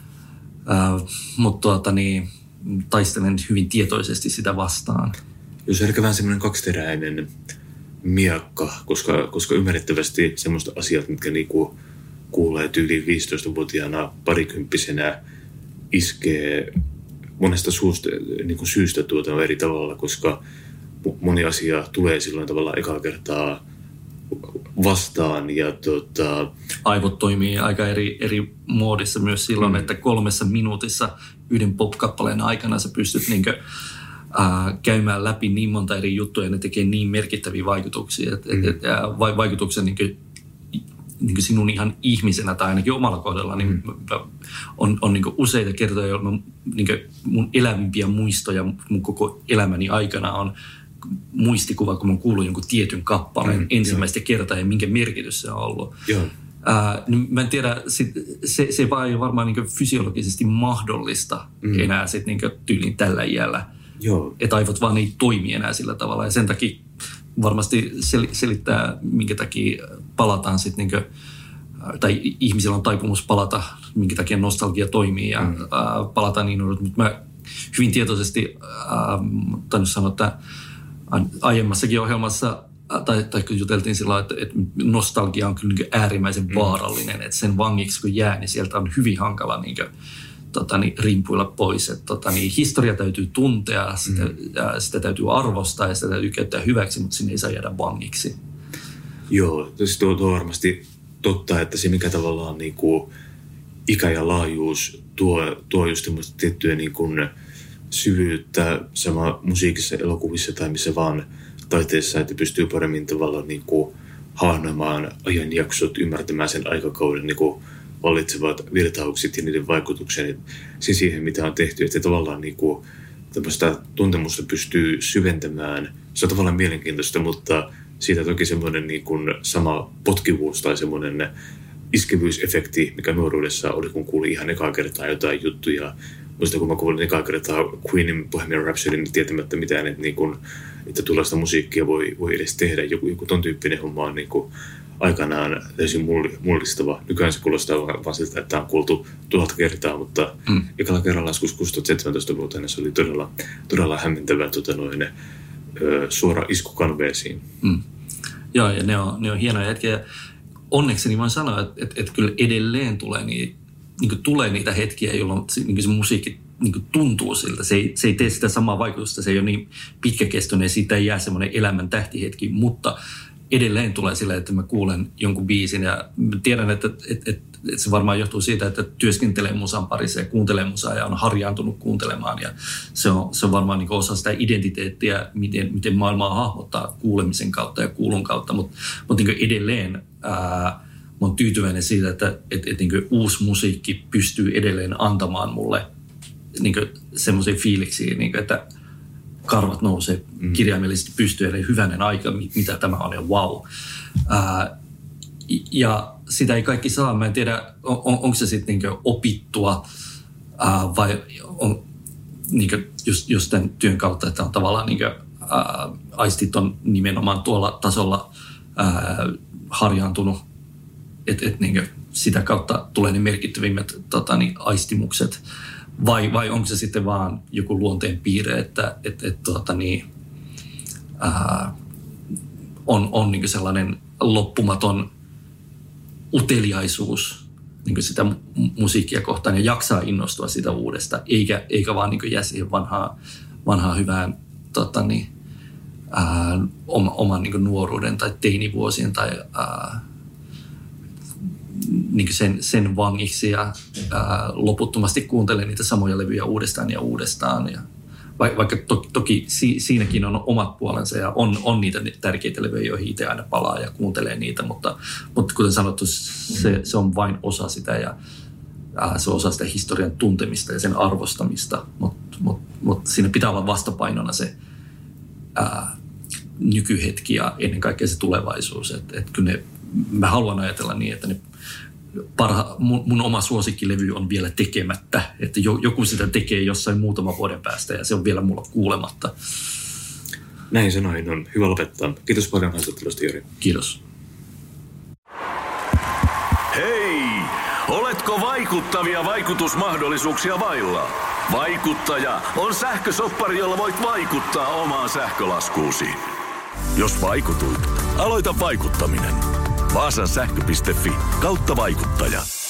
S5: mutta taistelen hyvin tietoisesti sitä vastaan.
S4: Jos ehkä vähän semmoinen kaksiteräinen miakka, koska ymmärrettävästi semmoista asiat, mitkä niinku kuulee tyyliin 15-vuotiaana parikymppisenä iskee monesta syystä eri tavalla, koska moni asia tulee silloin tavallaan ekaa kertaa vastaan. Ja
S5: aivot toimii aika eri moodissa myös silloin, että 3 minuutissa yhden pop-kappaleen aikana sä pystyt käymään läpi niin monta eri juttuja, ja ne tekee niin merkittäviä vaikutuksia. Vaikutuksen niin sinun ihan ihmisenä tai ainakin omalla kohdalla niin on niin useita kertoja, jolloin niin mun elävimpiä muistoja mun koko elämäni aikana on muistikuva, kun mä kuulun jonkun tietyn kappaleen ensimmäistä kertaa ja minkä merkitys se on ollut. Niin mä en tiedä, se vaan ei ole varmaan niin fysiologisesti mahdollista enää sit niin tyylin tällä iällä. Että aivot vaan ei toimi enää sillä tavalla ja sen takia varmasti selittää, minkä takia palataan sitten, tai ihmisillä on taipumus palata, minkä takia nostalgia toimii ja palataan niin, mutta mä hyvin tietoisesti tainnut sanoa, että aiemmassakin ohjelmassa, tai kun juteltiin sillä että nostalgia on kyllä äärimmäisen vaarallinen, että sen vangiksi kun jää, niin sieltä on hyvin hankala rimpuilla pois. Että, historia täytyy tuntea, sitä täytyy arvostaa ja sitä täytyy käyttää hyväksi, mutta sinne ei saa jäädä vangiksi.
S4: Joo, tuo on varmasti totta, että se mikä tavallaan niin kuin ikä ja laajuus tuo just semmoista tiettyä niin kuin syvyyttä sama musiikissa, elokuvissa tai missä vaan taiteessa, että pystyy paremmin tavallaan niin kuin hahmoimaan ajanjaksot, ymmärtämään sen aikakauden niin kuin vallitsevat virtaukset ja niiden vaikutuksen siihen, mitä on tehty. Että tavallaan niin kuin tämmöistä tuntemusta pystyy syventämään. Se on tavallaan mielenkiintoista, mutta siitä toki semmoinen niin kuin sama potkivuus tai semmoinen iskevyysefekti, mikä nuoruudessa oli, kun kuuli ihan ekaa kertaa jotain juttuja. Muista kun mä kuulin ekaa kertaa Queenin Bohemian Rhapsody, niin tietämättä mitään, että tuollaista musiikkia voi edes tehdä. Joku ton tyyppinen homma on niin kuin aikanaan täysin mullistava. Nykyään se kuulostaa vaan siltä, että on kuultu 1000 kertaa, mutta ekalla kerralla joskus 2017-vuotiaana se oli todella hämmentävä suora isku kanveesiin.
S5: Joo, ja ne on hienoja hetkiä. Onneksi niin voin sanoa, että kyllä edelleen tulee niitä hetkiä, jolloin se musiikki tuntuu siltä. Se ei tee sitä samaa vaikutusta, se ei ole niin pitkäkestoinen, siitä ei jää semmoinen elämän tähtihetki, mutta edelleen tulee sillä, että mä kuulen jonkun biisin ja tiedän, että se varmaan johtuu siitä, että työskentelee musan parissa ja kuuntelee musaa ja on harjaantunut kuuntelemaan ja se on varmaan niin osa sitä identiteettiä, miten maailmaa hahmottaa kuulemisen kautta ja kuulun kautta, mutta niin edelleen mä oon tyytyväinen siitä, että niin uusi musiikki pystyy edelleen antamaan mulle niin semmoisia fiiliksiä, niin että karvat nousee kirjaimellisesti pystyyn, eli hyvänen aika, mitä tämä on, ja wow. Ja sitä ei kaikki saa. Mä en tiedä, onko se sitten opittua vai on just tämän työn kautta, että on tavallaan aistit on nimenomaan tuolla tasolla harjaantunut, että sitä kautta tulee ne merkittävimmät aistimukset. Vai onko se sitten vaan joku luonteen piirre, että on niin sellainen loppumaton uteliaisuus niin sitä musiikkia kohtaan ja jaksaa innostua sitä uudesta, eikä vaan niin jää siihen vanhaan hyvään oman niin nuoruuden tai teinivuosien tai niin sen vangiksi ja loputtomasti kuuntelee niitä samoja levyjä uudestaan ja uudestaan. Ja vaikka toki siinäkin on omat puolensa ja on niitä tärkeitä levyjä, joihin itse aina palaa ja kuuntelee niitä, mutta kuten sanottu, se on vain osa sitä ja se on osa sitä historian tuntemista ja sen arvostamista, mutta siinä pitää olla vastapainona se nykyhetki ja ennen kaikkea se tulevaisuus. Kyllä mä haluan ajatella niin, että ne mun oma suosikkilevy on vielä tekemättä, että joku sitä tekee jossain muutaman vuoden päästä ja se on vielä mulla kuulematta.
S4: Näin sanoin on. Hyvä lopettaa. Kiitos paljon haastattelusta, Jori.
S5: Kiitos.
S1: Hei! Oletko vaikuttavia vaikutusmahdollisuuksia vailla? Vaikuttaja on sähkösoppari, jolla voit vaikuttaa omaan sähkölaskuusi. Jos vaikutuit, aloita vaikuttaminen. Vaasan sähkö.fi/vaikuttaja.